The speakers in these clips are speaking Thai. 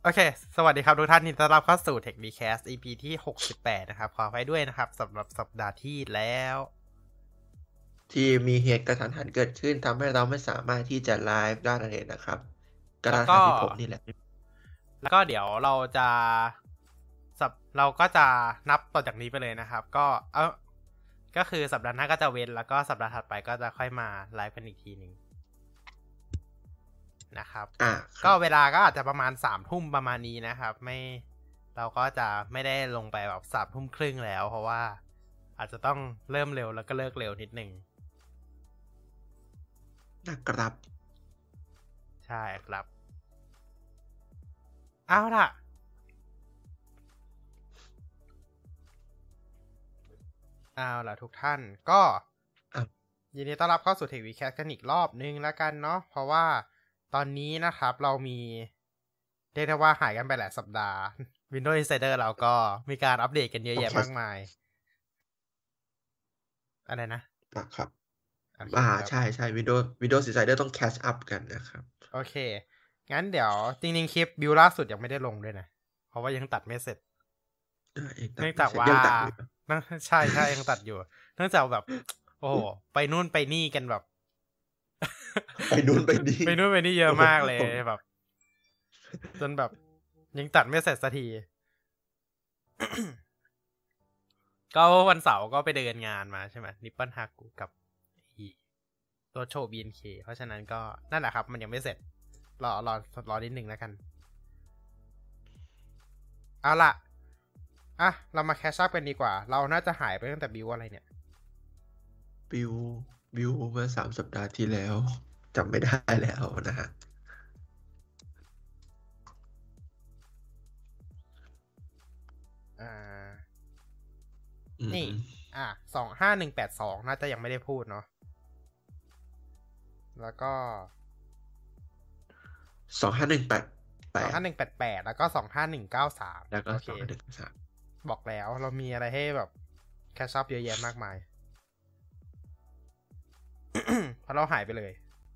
โอเคสวัสดีครับทุกท่านที่ต้อนรับเข้าสู่ Tech Recast EP ที่68นะครับขอไปด้วยนะครับสำหรับสัปดาห์ที่แล้วที่มีเหตุกระทันหันเกิดขึ้นทำให้เราไม่สามารถที่จะไลฟ์ได้นั่นเองนะครับกระทันหัแล้วก็นที่ผมนี่แหละเดี๋ยวเราก็จะนับต่อจากนี้ไปเลยนะครับก็คือสัปดาห์หน้าก็จะเว้นแล้วก็สัปดาห์ถัดไปก็จะค่อยมาไลฟ์กันอีกทีหนึ่งนะครับก็เวลาก็อาจจะประมาณ3 ทุ่มประมาณนี้นะครับเราก็จะไม่ได้ลงไปแบบ3 ทุ่มครึ่งแล้วเพราะว่าอาจจะต้องเริ่มเร็วแล้วก็เลิกเร็วนิดหนึ่งนะครับใช่ครับเอาล่ะทุกท่านก็ยินดีต้อนรับเข้าสู่ Tech Recast กันอีกรอบนึงแล้วกันเนาะเพราะว่าตอนนี้นะครับเรามีเรียกได้ว่าหายกันไปหลายสัปดาห์ Windows Insider เราก็มีการอัปเดตกันเยอะแยะมากมายอะไรนะครับโอเคครับใช่ใช่Windows Insider ต้อง catch up กันนะครับโอเคงั้นเดี๋ยวจริงๆคลิปบิวล่าสุดยังไม่ได้ลงด้วยนะเพราะว่ายังตัดไม่เสร็จตัดเนื่องจากว่ายังตัดอยู่ใช่ยังตัดอยู่เนื่องจากแบบโอ้โหไปนู่นไปนี่กันแบบไปนู่นไปนี่ไปนู่นไปนี่เยอะมากเลยแบบจนแบบยังตัดไม่เสร็จสักที ก็วันเสาร์ก็ไปเดินงานมาใช่ไหมนิปปอนฮากุกับตัวโชว์ BNK เพราะฉะนั้นก็นั่นแหละครับมันยังไม่เสร็จรอนิดนึงแล้วกันเอาล่ะเรามาแคชชัพกันดีกว่าเราน่าจะหายไปตั้งแต่บิวอะไรเนี่ยบิวบิวเมื่อ3 สัปดาห์ที่แล้วจำไม่ได้แล้วนะฮะอ่านี่25182น่าจะยังไม่ได้พูดเนาะแล้วก็ 2518 แล้วก็25193 แล้วก็โอเค 2193 บอกแล้วเรามีอะไรให้แบบแคชชัพเยอะแยะมากมาย เพราะเราหายไปเลย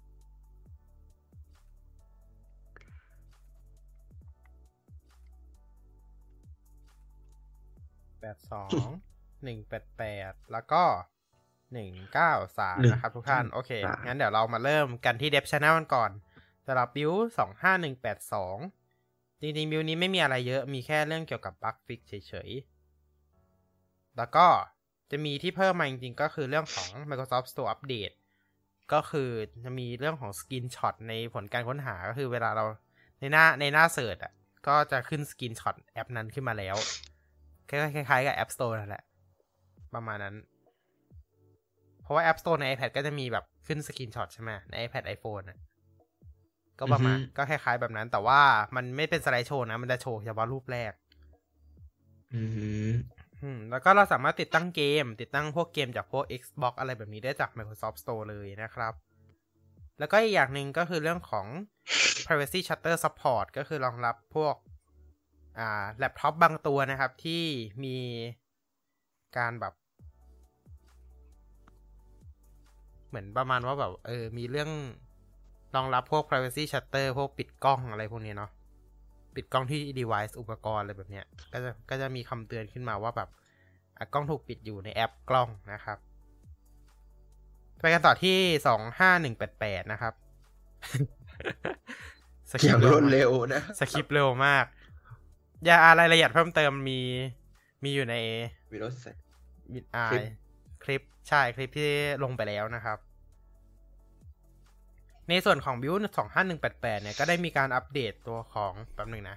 82 188แล้วก็193นะครับทุกท่านโอเคงั้นเดี๋ยวเรามาเริ่มกันที่ Dev Channel กันก่อนสำหรับบิว25182จริงๆบิวนี้ไม่มีอะไรเยอะมีแค่เรื่องเกี่ยวกับบั๊กฟิกเฉยๆแล้วก็จะมีที่เพิ่มมาจริงๆก็คือเรื่องของ Microsoft Store Update ก็คือจะมีเรื่องของสกินช็อตในผลการค้นหาก็คือเวลาเราในหน้าเสิร์ชก็จะขึ้นสกินช็อตแอปนั้นขึ้นมาแล้วคล้ายๆกับ App Store นั่นแหละประมาณนั้นเพราะว่า App Store ใน iPad ก็จะมีแบบขึ้นสกินช็อตใช่ไหมใน iPad iPhone ก็ประมาณก็คล้ายๆแบบนั้นแต่ว่ามันไม่เป็นสไลด์โชว์นะมันจะโชว์เฉพาะรูปแรกแล้วก็เราสามารถติดตั้งพวกเกมจากพวก Xbox อะไรแบบนี้ได้จาก Microsoft Store เลยนะครับแล้วก็อีกอย่างหนึ่งก็คือเรื่องของ privacy shutter support ก็คือรองรับพวกแล็ปท็อปบางตัวนะครับที่มีการแบบเหมือนประมาณว่าแบบมีเรื่องรองรับพวก privacy shutter พวกปิดกล้องอะไรพวกนี้เนาะปิดกล้องที่ device อุปกรณ์อะไรแบบเนี้ยก็จะมีคำเตือนขึ้นมาว่าแบบกล้องถูกปิดอยู่ในแอปกล้องนะครับไปกันต่อที่25188นะครับสคริปต์เร็วนะสคริปต์เร็วมากอย่ารายละเอียดเพิ่มเติมมีอยู่ใน Windows คลิปใช่คลิปที่ลงไปแล้วนะครับในส่วนของ Build 25188เนี่ยก็ได้มีการอัปเดตตัวของแป๊บนึงนะ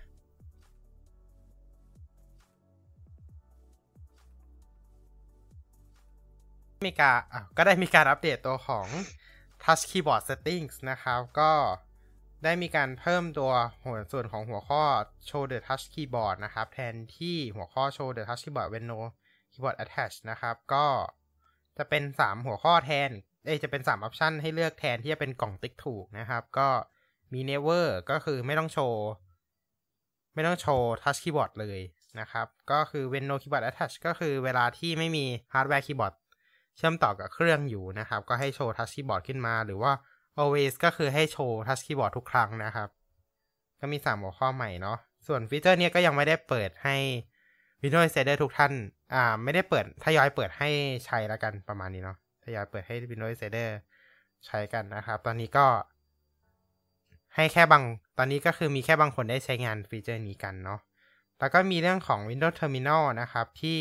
ก็ได้มีการอัปเดตตัวของ Touch Keyboard Settings นะครับก็ได้มีการเพิ่มตัวส่วนของหัวข้อ Show the Touch Keyboard นะครับแทนที่หัวข้อ Show the Touch Keyboard when no keyboard attached นะครับก็จะเป็น3หัวข้อแทนจะเป็น3ออปชันให้เลือกแทนที่จะเป็นกล่องติ๊กถูกนะครับก็มี Never ก็คือไม่ต้องโชว์ Touch Keyboard เลยนะครับก็คือ when no keyboard attached ก็คือเวลาที่ไม่มีฮาร์ดแวร์คีย์บอร์ดเชื่อมต่อกับเครื่องอยู่นะครับก็ให้โชว์ Touch Keyboard ขึ้นมาหรือว่า always ก็คือให้โชว์ Touch Keyboard ทุกครั้งนะครับก็มี3หัวข้อใหม่เนาะส่วนฟีเจอร์นี้ก็ยังไม่ได้เปิดให้ Windows Insider ทุกท่านไม่ได้เปิดทยอยเปิดให้ใช้แล้วกันประมาณนี้เนาะทยอยเปิดให้ Windows Insider ใช้กันนะครับตอนนี้ก็ให้แค่ตอนนี้ก็คือมีแค่บางคนได้ใช้งานฟีเจอร์นี้กันเนาะแล้วก็มีเรื่องของ Windows Terminal นะครับที่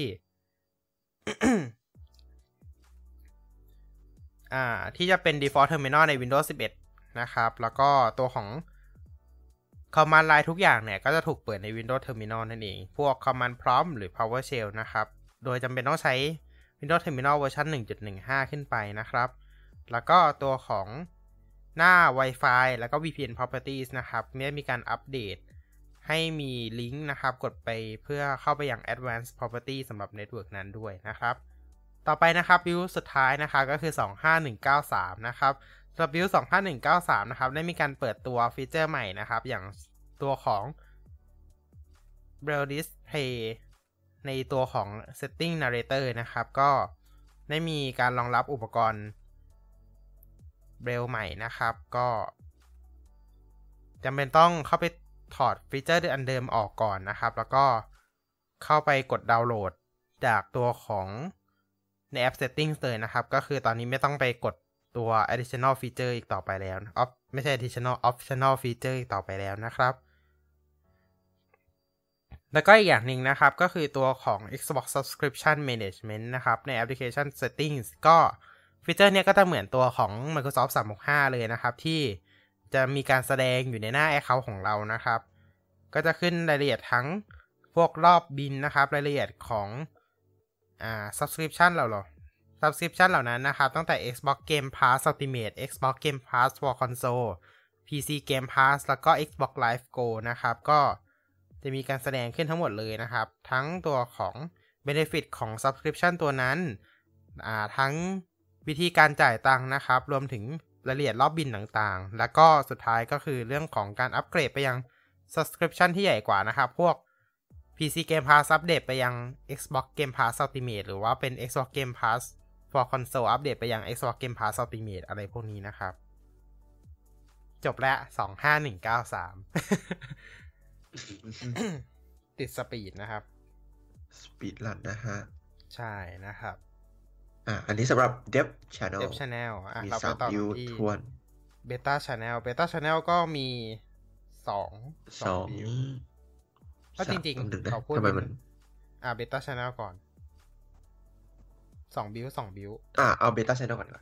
ที่จะเป็น default terminal ใน Windows 11 นะครับแล้วก็ตัวของ command line ทุกอย่างเนี่ยก็จะถูกเปิดใน Windows Terminal นั่นเองพวก command prompt หรือ PowerShell นะครับโดยจำเป็นต้องใช้ Windows Terminal เวอร์ชัน 1.15 ขึ้นไปนะครับแล้วก็ตัวของหน้า Wi-Fi แล้วก็ VPN properties นะครับมีการอัปเดตให้มีลิงก์นะครับกดไปเพื่อเข้าไปยัง advanced property สำหรับ network นั้นด้วยนะครับต่อไปนะครับบิลสุดท้ายนะครับก็คือ 25193 นะครับสำหรับบิล25193 นะครับได้มีการเปิดตัวฟีเจอร์ใหม่นะครับอย่างตัวของ Braille Display ในตัวของ Setting Narrator นะครับก็ได้มีการรองรับอุปกรณ์ Braille ใหม่นะครับก็จำเป็นต้องเข้าไปถอดฟีเจอร์อันเดิมออกก่อนนะครับแล้วก็เข้าไปกดดาวน์โหลดจากตัวของในแอป Settings เลยนะครับก็คือตอนนี้ไม่ต้องไปกดตัว additional feature อีกต่อไปแล้วไม่ใช่ additional optional feature อีกต่อไปแล้วนะครับแล้วก็อีกอย่างหนึ่งนะครับก็คือตัวของ Xbox Subscription Management นะครับใน Application Settings ก็ฟีเจอร์เนี้ยก็จะเหมือนตัวของ Microsoft 365 เลยนะครับที่จะมีการแสดงอยู่ในหน้า Account ของเรานะครับก็จะขึ้นรายละเอียดทั้งพวกรอบบินนะครับรายละเอียดของsubscription subscription เหล่านั้นนะครับตั้งแต่ Xbox Game Pass Ultimate Xbox Game Pass for Console PC Game Pass แล้วก็ Xbox Live Go นะครับก็จะมีการแสดงขึ้นทั้งหมดเลยนะครับทั้งตัวของ benefit ของ subscription ตัวนั้นทั้งวิธีการจ่ายตังค์นะครับรวมถึงรายละเอียดรอบบินต่างๆแล้วก็สุดท้ายก็คือเรื่องของการอัปเกรดไปยัง subscription ที่ใหญ่กว่านะครับพวก PC Game Pass อัปเดตไปยัง Xbox Game Pass Ultimate หรือว่าเป็น Xbox Game Pass for Console อัปเดตไปยัง Xbox Game Pass Ultimate อะไรพวกนี้นะครับจบแล้ว 25193 ติดสปีดนะครับสปีดรันนะฮะใช่นะครับอันนี้สำหรับ Dev Channel มี3 view ทวน Beta Channel ก็มี2 view ถ้าจริงๆเขาพูดBeta Channel ก่อน2 view เอา Beta Channel ก่อน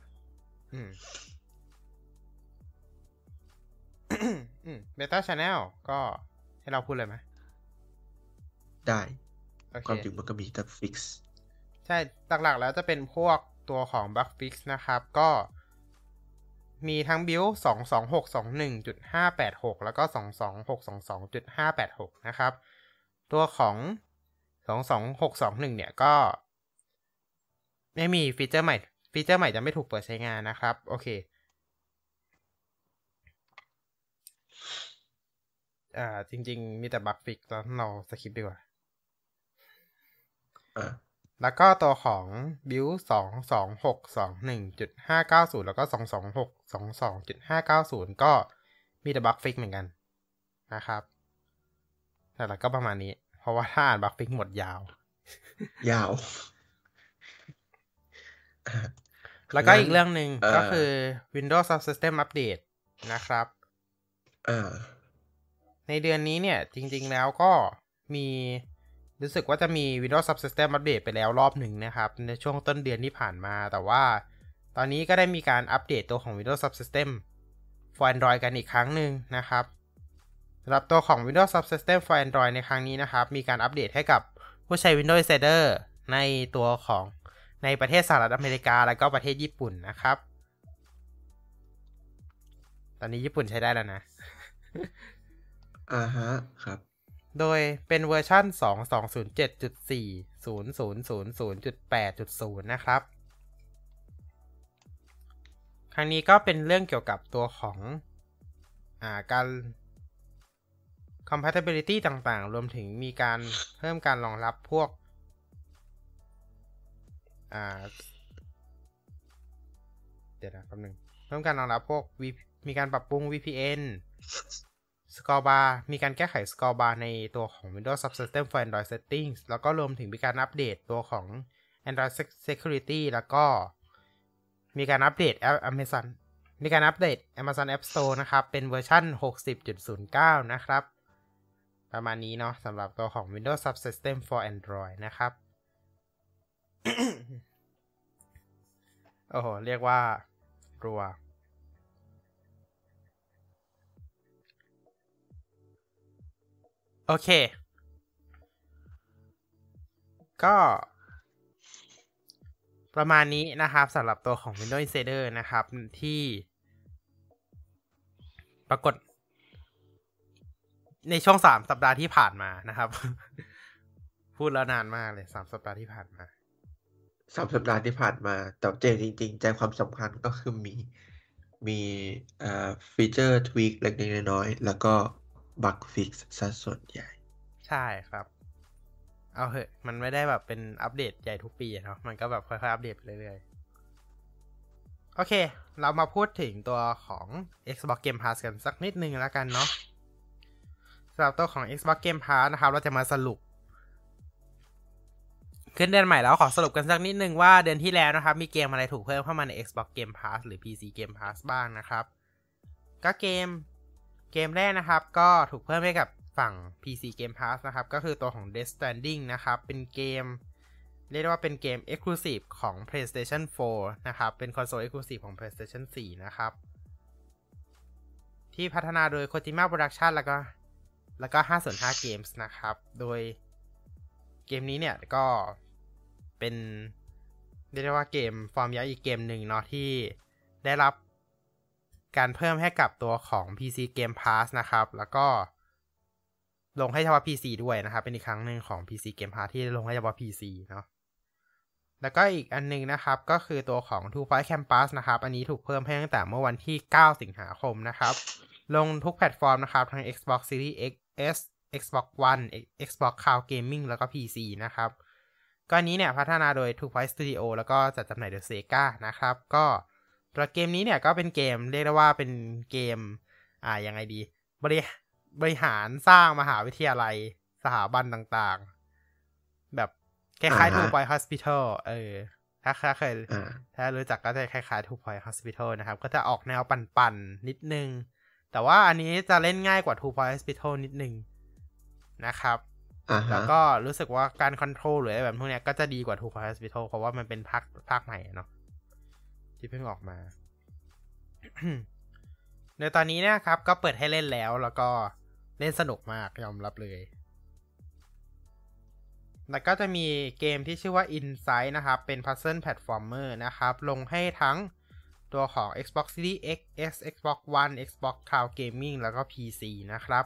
Beta Channel ก็ให้เราพูดเลยไหมได้ความจริงมันก็มีแต่ fix ใช่หลักๆแล้วจะเป็นพวกตัวของ bug fix นะครับก็มีทั้ง build 22621.586 แล้วก็ 22622.586 นะครับตัวของ22621เนี่ยก็ไม่มีฟีเจอร์ใหม่จะไม่ถูกเปิดใช้งานนะครับโอเคจริงๆมีแต่ bug fix แล้วเราสคิปดีกว่าแล้วก็ตัวของ build 22621.590 แล้วก็ 22622.590 ก็มีแต่ bug fix เหมือนกันนะครับแต่ละก็ประมาณนี้เพราะว่าถ้าอ่าน bug fix หมดยาวแล้วก็อีกเรื่องหนึ่งก็คือ Windows Subsystem Update นะครับในเดือนนี้เนี่ยจริงๆแล้วก็มีรู้สึกว่าจะมี Windows Subsystem Update ไปแล้วรอบหนึ่งนะครับในช่วงต้นเดือนที่ผ่านมาแต่ว่าตอนนี้ก็ได้มีการอัปเดตตัวของ Windows Subsystem for Android กันอีกครั้งหนึ่งนะครับสำหรับตัวของ Windows Subsystem for Android ในครั้งนี้นะครับมีการอัปเดตให้กับผู้ใช้ Windows Insider ในตัวของในประเทศสหรัฐอเมริกาและก็ประเทศญี่ปุ่นนะครับตอนนี้ญี่ปุ่นใช้ได้แล้วนะครับโดยเป็นเวอร์ชัน 2207.4.0000.8.0 นะครับครั้งนี้ก็เป็นเรื่องเกี่ยวกับตัวของการ compatibility ต่างๆรวมถึงมีการเพิ่มการรองรับพวกเดี๋ยวนะแป๊บนึงเพิ่มการรองรับพวกมีการปรับปรุง VPN Score Bar มีการแก้ไข Score Bar ในตัวของ Windows Subsystem for Android Settings แล้วก็รวมถึงมีการอัปเดตตัวของ Android Security แล้วก็มีการอัปเดต Amazon App Store นะครับเป็นเวอร์ชัน 60.09 นะครับประมาณนี้เนาะสำหรับตัวของ Windows Subsystem for Android นะครับ โอ้โหเรียกว่ารัวโอเคก็ประมาณนี้นะครับสำหรับตัวของ Windows Insider นะครับที่ปรากฏในช่วง3สัปดาห์ที่ผ่านมานะครับ พูดแล้วนานมากเลย3สัปดาห์ที่ผ่านมา 3 สัปดาห์ที่ผ่านมาแต่จริงๆใจความสำคัญก็คือมีฟีเจอร์ทวีคเล็กๆน้อยๆแล้วก็บั๊กฟิกซ์ซะส่วนใหญ่ใช่ครับเอาเหอะมันไม่ได้แบบเป็นอัปเดตใหญ่ทุกปีเนาะมันก็แบบค่อยๆอัปเดตไปเรื่อยๆโอเคเรามาพูดถึงตัวของ Xbox Game Pass กันสักนิดนึงแล้วกันเนาะสำหรับตัวของ Xbox Game Pass นะครับเราจะมาสรุปขึ้นเดือนใหม่แล้วขอสรุปกันสักนิดนึงว่าเดือนที่แล้วนะครับมีเกมอะไรถูกเพิ่มเข้ามาใน Xbox Game Pass หรือ PC Game Pass บ้างนะครับก็เกมแรกนะครับก็ถูกเพิ่มให้กับฝั่ง PC Game Pass นะครับก็คือตัวของ Death Stranding นะครับเป็นเกมเรียกได้ว่าเป็นเกม Exclusive ของ PlayStation 4 นะครับเป็นคอนโซล Exclusive ของ PlayStation 4 นะครับที่พัฒนาโดย Kojima Production แล้วก็505 Games นะครับโดยเกมนี้เนี่ยก็เป็นเรียกได้ว่าเกมฟอร์มยักษ์อีกเกมหนึ่งเนาะที่ได้รับการเพิ่มให้กับตัวของ PC Game Pass นะครับแล้วก็ลงให้เฉพาะ PC ด้วยนะครับเป็นอีกครั้งหนึ่งของ PC Game Pass ที่ลงให้เฉพาะ PC เนาะแล้วก็อีกอันนึงนะครับก็คือตัวของ Two Point Campus นะครับอันนี้ถูกเพิ่มให้ตั้งแต่เมื่อวันที่9 สิงหาคมนะครับลงทุกแพลตฟอร์มนะครับทั้ง Xbox Series X Xbox One Xbox Cloud Gaming แล้วก็ PC นะครับก็อันนี้เนี่ยพัฒนาโดย Two Point Studio แล้วก็จัดจำหน่ายโดย Sega นะครับก็ตัวเกมนี้เนี่ยก็เป็นเกมเรียกได้ว่าเป็นเกมยังไงดีบริหารสร้างมหาวิทยาลัยสถาบันต่างๆแบบคล้ายๆ Two Point Hospital ถ้าเคยถ้ารู้จักก็จะคล้ายๆ Two Point Hospital นะครับก็จะออกแนวปั่นๆนิดนึงแต่ว่าอันนี้จะเล่นง่ายกว่า Two Point Hospital นิดนึงนะครับแล้วก็รู้สึกว่าการคอนโทรลหรืออะไรแบบพวกนี้ก็จะดีกว่า Two Point Hospital เพราะว่ามันเป็นภาคใหม่เนาะที่เพิ่งออกมา ในตอนนี้นะครับก็เปิดให้เล่นแล้วก็เล่นสนุกมากยอมรับเลยแล้วก็จะมีเกมที่ชื่อว่า Inside นะครับเป็น Puzzle Platformer นะครับลงให้ทั้งตัวของ Xbox Series X Xbox One Xbox Cloud Gaming แล้วก็ PC นะครับ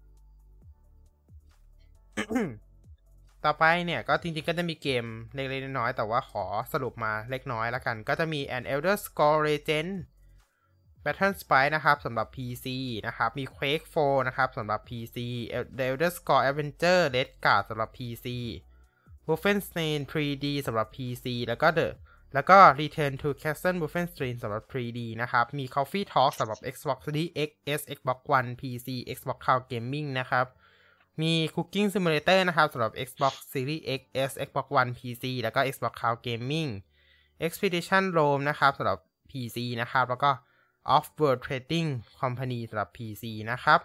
ต่อไปเนี่ยก็จริงๆก็จะมีเกมเล็กๆน้อยๆแต่ว่าขอสรุปมาเล็กน้อยแล้วกันก็จะมี An Elder Scrolls Legend Battle Sprite นะครับสำหรับ PC นะครับมี Quake 4 นะครับสำหรับ PC The Elder Scrolls Adventure Redguard สำหรับ PC Wolfenstein 3D สำหรับ PC แล้วก็ Return to Castle Wolfenstein สำหรับ 3D นะครับมี Coffee Talk สำหรับ Xbox Series X Xbox One PC Xbox Cloud Gaming นะครับมี Cooking Simulator นะครับสำหรับ Xbox Series X Xbox One PC แล้วก็ Xbox Cloud Gaming Expedition Rome นะครับสำหรับ PC นะครับแล้วก็ Off-World Trading Company สำหรับ PC นะครับ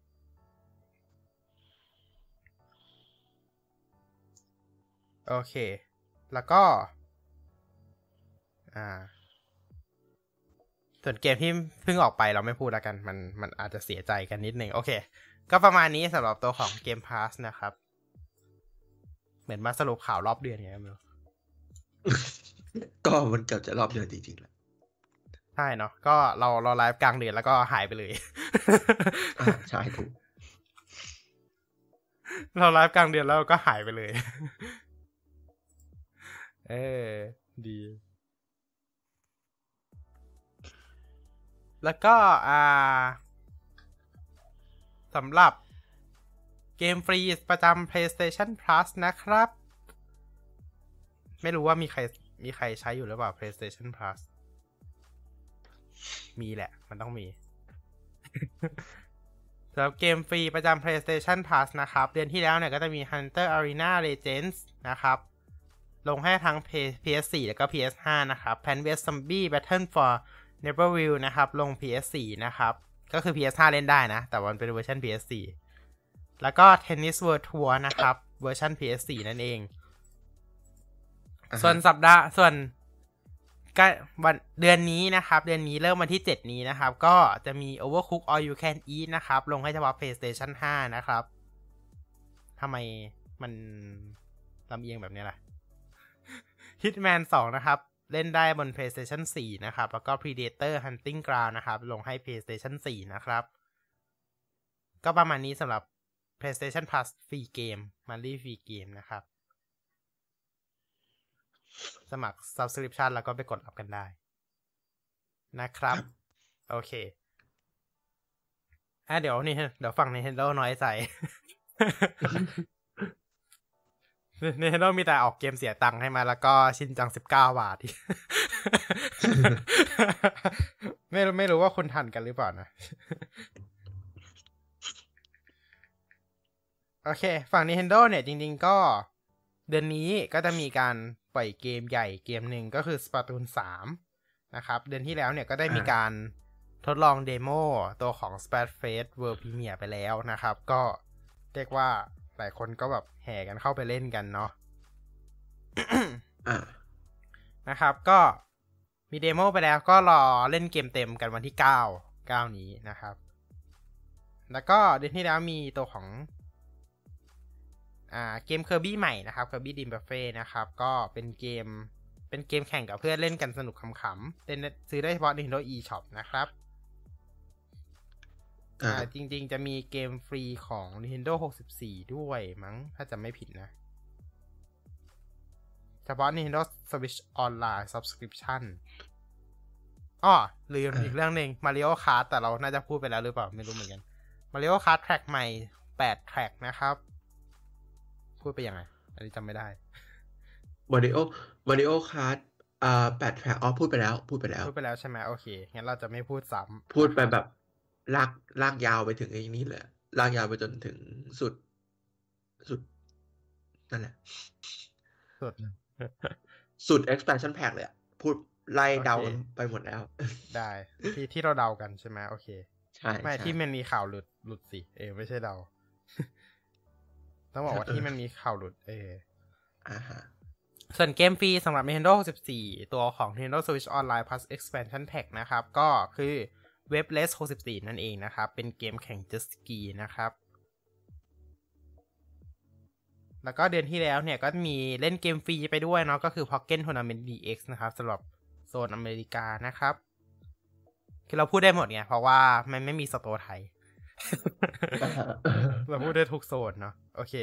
โอเคแล้วก็ส่วนเกมที่เพิ่งออกไปเราไม่พูดแล้วกันมันอาจจะเสียใจกันนิดนึงโอเคก็ประมาณนี้สำหรับตัวของ Game Pass นะครับเหมือนมาสรุปข่าวรอบเดือนไงไม่รู้ก็มันเกือบจะรอบเดือนจริงๆแหละใช่เนาะก็เราไลฟ์กลางเดือนแล้วก็หายไปเลยใช่ถูกเราไลฟ์กลางเดือนแล้วก็หายไปเลย ดีแล้วก็สำหรับเกมฟรีประจำ PlayStation Plus นะครับไม่รู้ว่ามีใครใช้อยู่หรือเปล่า PlayStation Plus มีแหละมันต้องมีสำหรับเกมฟรีประจำ PlayStation Plus นะครับเดือนที่แล้วเนี่ยก็จะมี Hunter Arena Legends นะครับลงให้ทั้ง PS4 แล้วก็ PS5 นะครับ Plants vs Zombies Battle for Neverwinter นะครับลง PS4 นะครับก็คือ PS5 เล่นได้นะแต่มันเป็นเวอร์ชัน PS4 แล้วก็ Tennis World Tour นะครับเวอร์ชัน PS4 นั่นเองส่วนวันเดือนนี้นะครับเดือนนี้เริ่มวันที่7นี้นะครับก็จะมี Overcooked All You Can Eat นะครับลงให้เฉพาะ PlayStation 5 นะครับทำไมมันลำเอียงแบบนี้ล่ะ Hitman 2 นะครับเล่นได้บน PlayStation 4 นะครับแล้วก็ Predator Hunting Ground นะครับลงให้ PlayStation 4 นะครับก็ประมาณนี้สำหรับ PlayStation Plus ฟรีเกม Monthly ฟรีเกมนะครับสมัคร Subscription แล้วก็ไปกดรับกันได้นะครับโอเคเดี๋ยวฝั่ง Nintendo น้อยใจ Nintendo มีแต่ออกเกมเสียตังค์ให้มาแล้วก็ชินจัง19 บาท ไม่รู้ว่าคุณทันกันหรือเปล่านะ โอเคฝั่ง Nintendo เนี่ยจริงๆก็เดือนนี้ก็จะมีการปล่อยเกมใหญ่เกมหนึ่งก็คือ Splatoon 3 นะครับเดือนที่แล้วเนี่ยก็ได้มีการทดลองเดโมตัวของ Splatfest World Premiere ไปแล้วนะครับก็เรียกว่าหลายคนก็แบบแห่กันเข้าไปเล่นกันเนาะ นะครับก็มีเดโมไปแล้วก็รอเล่นเกมเต็มกันวันที่9นี้นะครับแล้วก็เดือนที่แล้วมีตัวของเกม Kirby ใหม่นะครับ Kirby Dream Buffet นะครับก็เป็นเกมแข่งกับเพื่อนเล่นกันสนุกขำๆเล่นซื้อได้เฉพาะ Nintendo eShop นะครับจริงๆจะมีเกมฟรีของ Nintendo 64 ด้วยมั้งถ้าจะไม่ผิดนะเฉพาะ Nintendo Switch Online Subscription ลืมอีกเรื่องนึง Mario Kart แต่เราน่าจะพูดไปแล้วหรือเปล่าไม่รู้เหมือนกัน Mario Kart Track ใหม่8 Track นะครับพูดไปยังไงอันนี้จำไม่ได้ Mario Kart 8 track พูดไปแล้วใช่ไหมโอเคงั้นเราจะไม่พูดซ้ำพูดไปแบบลากยาวไปถึงไอ้นี่เลยลากยาวไปจนถึงสุดนั่นแหละสุด expansion pack เลยพูดไล่เดาไปหมดแล้วได้ที่เราเดากันใช่ไหมโอเคใช่ไม่ที่มันมีข่าวหลุดสิไม่ใช่เดาต้องบอกว่าที่มันมีข่าวหลุดส่วนเกมฟรีสำหรับ Nintendo 64 ตัวของ Nintendo Switch Online Plus Expansion Pack นะครับก็คือ Webless 64 นั่นเองนะครับเป็นเกมแข่ง Jet Ski นะครับแล้วก็เดือนที่แล้วเนี่ยก็มีเล่นเกมฟรีไปด้วยเนาะก็คือ Pokken Tournament DX นะครับสำหรับโซนอเมริกานะครับคือเราพูดได้หมดไงเพราะว่ามันไม่มีสโตร์ไทย เราพูดได้ทุกโซนเนาะโอเค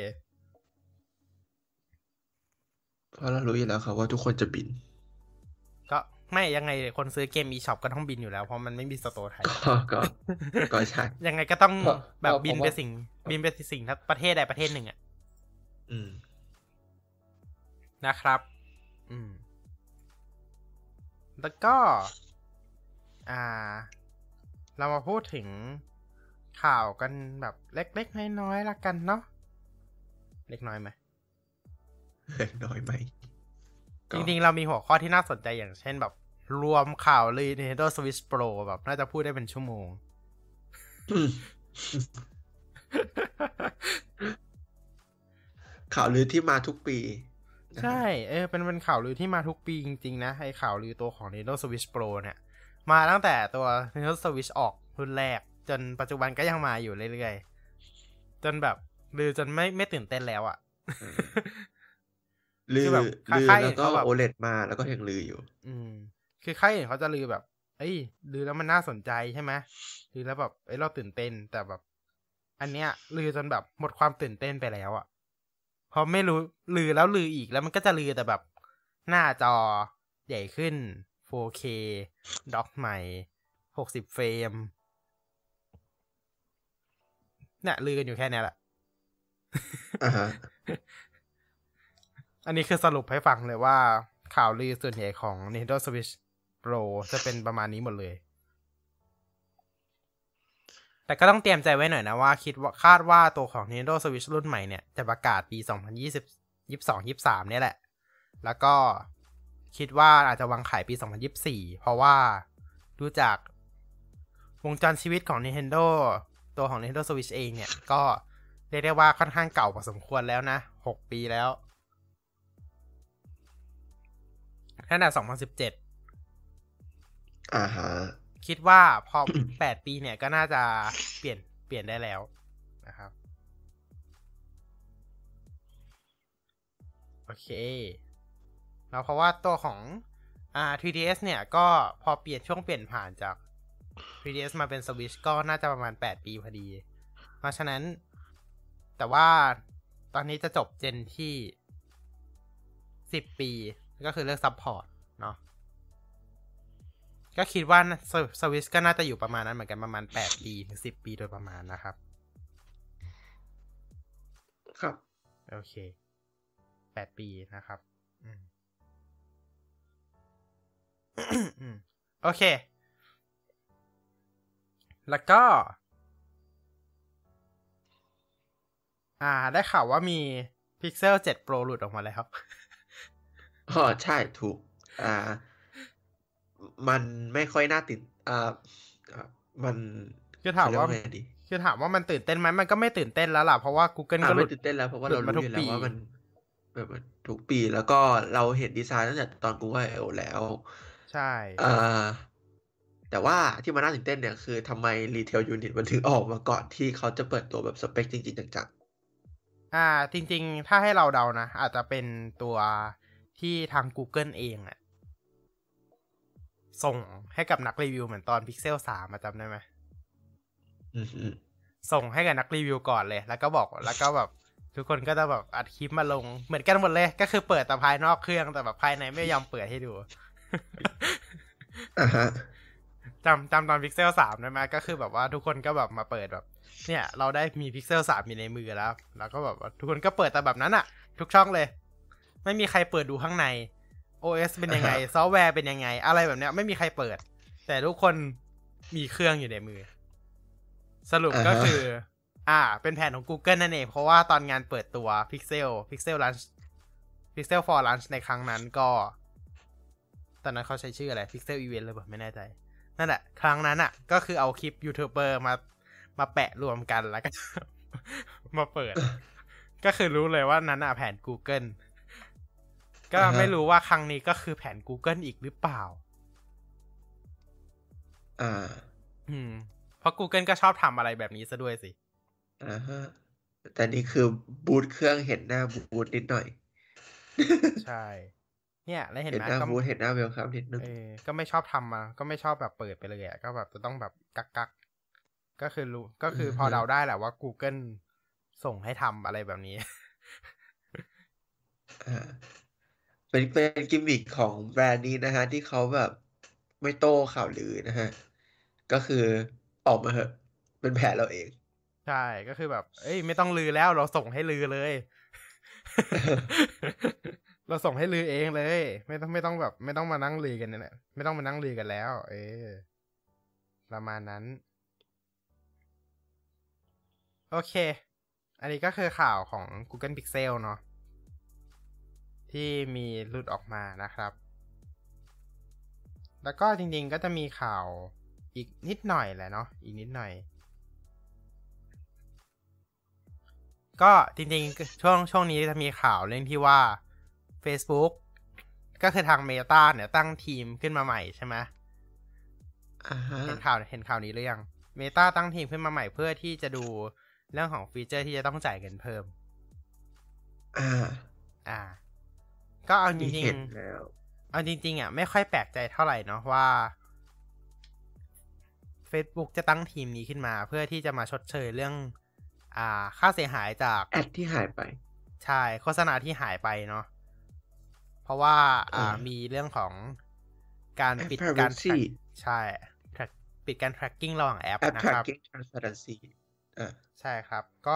เพราะเรารู้อยู่แล้วครับว่าทุกคนจะบินก็ไม่ยังไงคนซื้อเกม eShop ก็ต้องบินอยู่แล้วเพราะมันไม่มีสโตร์ไทยก็ใช่ยังไงก็ต้องแบบบินไปสิ่งทั้งประเทศใดประเทศหนึ่งนะครับแล้วก็เรามาพูดถึงข่าวกันแบบเล็กๆน้อยๆละกันเนาะเล็กน้อยไหมจริงๆเรามีหัวข้อที่น่าสนใจอย่างเช่นแบบรวมข่าวลือ Nintendo Switch Pro แบบน่าจะพูดได้เป็นชั่วโมงข่าวลือที่มาทุกปีใช่เป็นข่าวลือที่มาทุกปีจริงๆนะไอ้ข่าวลือตัวของ Nintendo Switch Pro เนี่ยมาตั้งแต่ตัว Nintendo Switch ออกรุ่นแรกจนปัจจุบันก็ยังมาอยู่เรื่อยๆจนแบบลือจนไม่ตื่นเต้นแล้วอ่ะลือแล้วก็ OLED มาแล้วก็ยังลืออยู่คือใครเขาจะลือแบบลือแล้วมันน่าสนใจใช่ไหมลือแล้วแบบเราตื่นเต้นแต่แบบอันเนี้ยลือจนแบบหมดความตื่นเต้นไปแล้วอ่ะพอไม่รู้ลือแล้วลืออีกแล้วมันก็จะลือแต่แบบหน้าจอใหญ่ขึ้น 4K ด็อกใหม่60เฟรมเนี่ยลือกันอยู่แค่นี้แหละ อันนี้คือสรุปให้ฟังเลยว่าข่าวลือส่วนใหญ่ของ Nintendo Switch Pro จะเป็นประมาณนี้หมดเลยแต่ก็ต้องเตรียมใจไว้หน่อยนะว่าคาดว่าตัวของ Nintendo Switch รุ่นใหม่เนี่ยจะประกาศปี2020 22-23เนี่ยแหละแล้วก็คิดว่าอาจจะวางขายปี2024เพราะว่าดูจากวงจรชีวิตของ Nintendo ตัวของ Nintendo Switch เองเนี่ยก็เรียกได้ว่าค่อนข้างเก่าพอสมควรแล้วนะ6 ปีแล้วตั้งแต่2017 ฮะคิดว่าพอ 8 ปีเนี่ยก็น่าจะเปลี่ยนได้แล้วนะครับโอเคแล้วเพราะว่าตัวของ3DS เนี่ยก็พอเปลี่ยนผ่านจาก 3DS มาเป็น Switch ก็น่าจะประมาณ8 ปีพอดีเพราะฉะนั้นแต่ว่าตอนนี้จะจบเจนที่10 ปีก็คือเลือกซัพพอร์ตเนาะก็คิดว่าสวิสก็น่าจะอยู่ประมาณนั้นเหมือนกันประมาณ8 ปีถึง10 ปีโดยประมาณนะครับครับโอเค8 ปีนะครับโอเคแล้วก็ได้ข่าวว่ามี Pixel 7 Pro หลุดออกมาแล้วใช่ถูกมันไม่ค่อยน่าตื่นมันคือถามว่ามันตื่นเต้นไหมมันก็ไม่ตื่นเต้นแล้วล่ะเพราะว่า Google ก็หลุดตื่นเต้นแล้วเพราะว่าเรารู้อยู่แล้วว่ามันแบบทุกปีแล้วก็เราเห็นดีไซน์ตั้งแต่ตอน Google I/O แล้วใช่แต่ว่าที่มันน่าตื่นเต้นเนี่ยคือทำไม Retail Unit มันถึงออกมาก่อนที่เขาจะเปิดตัวแบบสเปคจริงๆจังๆจริงๆถ้าให้เราเดานะอาจจะเป็นตัวที่ทาง Google เองส่งให้กับนักรีวิวเหมือนตอน Pixel 3จำได้ไหมส่งให้กับนักรีวิวก่อนเลยแล้วก็แบบทุกคนก็จะแบบอัดคลิปมาลงเหมือนกันหมดเลยก็คือเปิดแต่ภายนอกเครื่องแต่แบบภายในไม่ยอมเปิดให้ดูจำตอน Pixel 3ได้ไหมก็คือแบบว่าทุกคนก็แบบมาเปิดแบบเนี่ยเราได้มี Pixel 3อยู่ในมือแล้วก็แบบว่าทุกคนก็เปิดแต่แบบนั้นทุกช่องเลยไม่มีใครเปิดดูข้างใน OS เป็นยังไงซอฟต์แวร์เป็นยังไงอะไรแบบเนี้ยไม่มีใครเปิดแต่ทุกคนมีเครื่องอยู่ในมือสรุปก็คือเป็นแผนของ Google นั่นเองเพราะว่าตอนงานเปิดตัว Pixel Launch Pixel for Launch ในครั้งนั้นก็ตอนนั้นเขาใช้ชื่ออะไร Pixel Event เลยป่ะไม่แน่ใจนั่นแหละครั้งนั้นก็คือเอาคลิปยูทูบเบอร์มาแปะรวมกันแล้วก็ มาเปิดก็คือรู้เลยว่านั้นแผน Google ก็ไม่รู้ว่าครั้งนี้ก็คือแผน Google อีกหรือเปล่าเพราะ Google ก็ชอบทำอะไรแบบนี้ซะด้วยสิแต่นี่คือบูทเครื่องเห็นหน้าบูทนิดหน่อยใช่เนี่ยแล้วเห็นไหมก็บูทเห็นหน้าเวลคัมนิดนึงก็ไม่ชอบทำก็ไม่ชอบแบบเปิดไปเลยก็แบบจะต้องแบบกักก็คือพอเดาได้แหละว่า Google ส่งให้ทำอะไรแบบนี้เป็นกิมมิคของแบรนด์นี้นะฮะที่เขาแบบไม่โต้ข่าวลือนะฮะก็คือออกมาเหอะเป็นแผนเราเองใช่ก็คือแบบไม่ต้องลือแล้วเราส่งให้ลือเลยเราส่งให้ลือเองเลยไม่ต้องแบบไม่ต้องมานั่งลือกันเนี่ยไม่ต้องมานั่งลือกันแล้วประมาณนั้นโอเคอันนี้ก็คือข่าวของ Google Pixel เนาะที่มีหลุดออกมานะครับแล้วก็จริงๆก็จะมีข่าวอีกนิดหน่อยแหละเนาะอีกนิดหน่อยก็จริงๆช่วงนี้จะมีข่าวเรื่องที่ว่า Facebook ก็คือทาง Meta เนี่ยตั้งทีมขึ้นมาใหม่ใช่ไหมเห็นข่าวนี้หรือยัง Meta ตั้งทีมขึ้นมาใหม่เพื่อที่จะดูเรื่องของฟีเจอร์ที่จะต้องจ่ายเงินเพิ่มก็เอาจริงๆไม่ค่อยแปลกใจเท่าไหร่เนาะว่า Facebook จะตั้งทีมนี้ขึ้นมาเพื่อที่จะมาชดเชยเรื่องค่าเสียหายจากแอดที่หายไปใช่โฆษณาที่หายไปเนาะเพราะว่ามีเรื่องของการปิดการใช่ปิดการ tracking ระหว่างแอปนะครับ tracking transparency ใช่ครับก็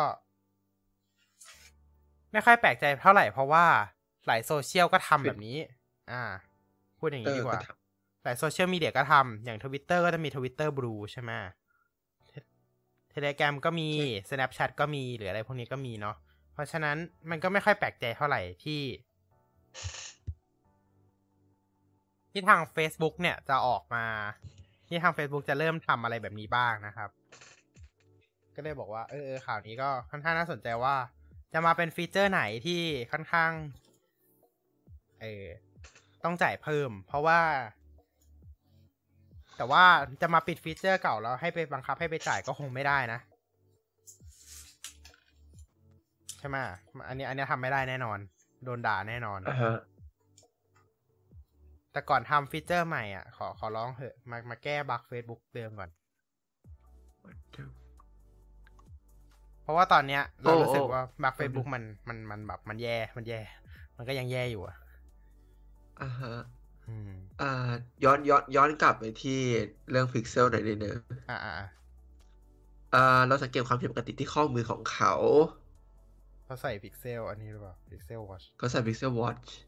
ไม่ค่อยแปลกใจเท่าไหร่เพราะว่าหลายโซเชียลก็ทำแบบนี้พูดอย่างนี้ดีกว่าหลายโซเชียลมีเดียก็ทำอย่าง Twitter ก็จะมี Twitter Blue ใช่ไหม Telegram ก็มี Snapchat ก็มีหรืออะไรพวกนี้ก็มีเนาะเพราะฉะนั้นมันก็ไม่ค่อยแปลกใจเท่าไหร่ที่ทาง Facebook เนี่ยจะออกมาที่ทาง Facebook จะเริ่มทำอะไรแบบนี้บ้างนะครับก็เลยบอกว่าข่าวนี้ก็ค่อนข้างน่าสนใจว่าจะมาเป็นฟีเจอร์ไหนที่ค่อนข้างต้องจ่ายเพิ่มเพราะว่าแต่ว่าจะมาปิดฟีเจอร์เก่าแล้วให้ไปบังคับให้ไปจ่ายก็คงไม่ได้นะใช่ไหมอันนี้ทำไม่ได้แน่นอนโดนด่าแน่นอนแต่ก่อนทำฟีเจอร์ใหม่อ่ะขอร้องเถอะมาแก้บั๊ก Facebook เดิมก่อนเพราะว่าตอนเนี้ยเรารู้สึกว่าบั๊ก Facebook มันแบบมันแย่มันก็ยังแย่อยู่อ่ะย้อนกลับไปที่เรื่องพิกเซลหน่อยนิดนึงเราสังเกตความผิดปกติที่ข้อมือของเขาใส่พิกเซลอันนี้หรือเปล่าพิกเซลวอทช์เขาใส่พิกเซลวอทช์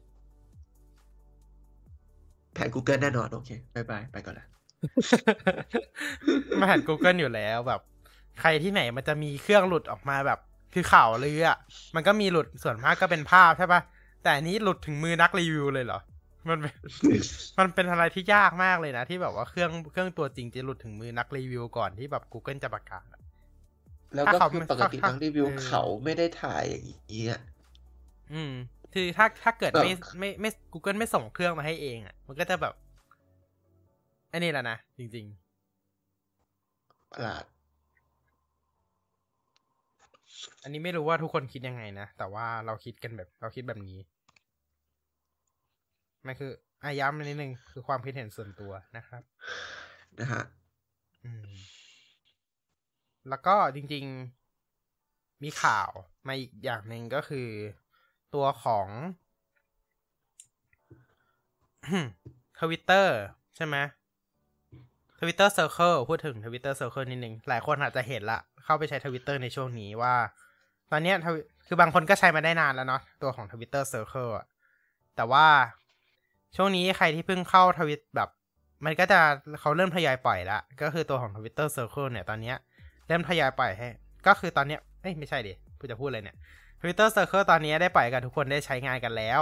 แผน Google แน่นอนโอเคบายไปก่อนละมาแผน Google อยู่แล้วแบบใครที่ไหนมันจะมีเครื่องหลุดออกมาแบบคือข่าวลืออ่ะมันก็มีหลุดส่วนมากก็เป็นภาพใช่ป่ะแต่อันนี้หลุดถึงมือนักรีวิวเลยเหรอมันเป็นอะไรที่ยากมากเลยนะที่แบบว่าเครื่องตัวจริงจะหลุดถึงมือนักรีวิวก่อนที่แบบ Google จะประกาศแล้วก็คือปกตินักรีวิวเขาไม่ได้ถ่ายอย่างนี้อ่ะคือถ้าเกิดไม่ Google ไม่ส่งเครื่องมาให้เองอ่ะมันก็จะแบบอันนี้แหละนะจริงๆประหลาดอันนี้ไม่รู้ว่าทุกคนคิดยังไงนะแต่ว่าเราคิดแบบนี้มันคือย้ำนิดนึงคือความคิดเห็นส่วนตัวนะครับนะฮะแล้วก็จริงๆมีข่าวมาอีกอย่างหนึ่งก็คือตัวของ Twitter ใช่ไหม Twitter Circle พูดถึง Twitter Circle นิดนึงหลายคนอาจจะเห็นละเข้าไปใช้ Twitter ในช่วงนี้ว่าตอนนี้คือบางคนก็ใช้มาได้นานแล้วเนาะตัวของ Twitter Circle อ่ะแต่ว่าช่วงนี้ใครที่เพิ่งเข้าทวิตแบบมันก็จะเขาเริ่มทยอยปล่อยละก็คือตัวของ Twitter Circle เนี่ยตอนนี้เริ่มทยอยปล่อยให้ก็คือตอนนี้ไม่ใช่ดิพูดอะไรเนี่ย Twitter Circle ตอนนี้ได้ปล่อยกันทุกคนได้ใช้งานกันแล้ว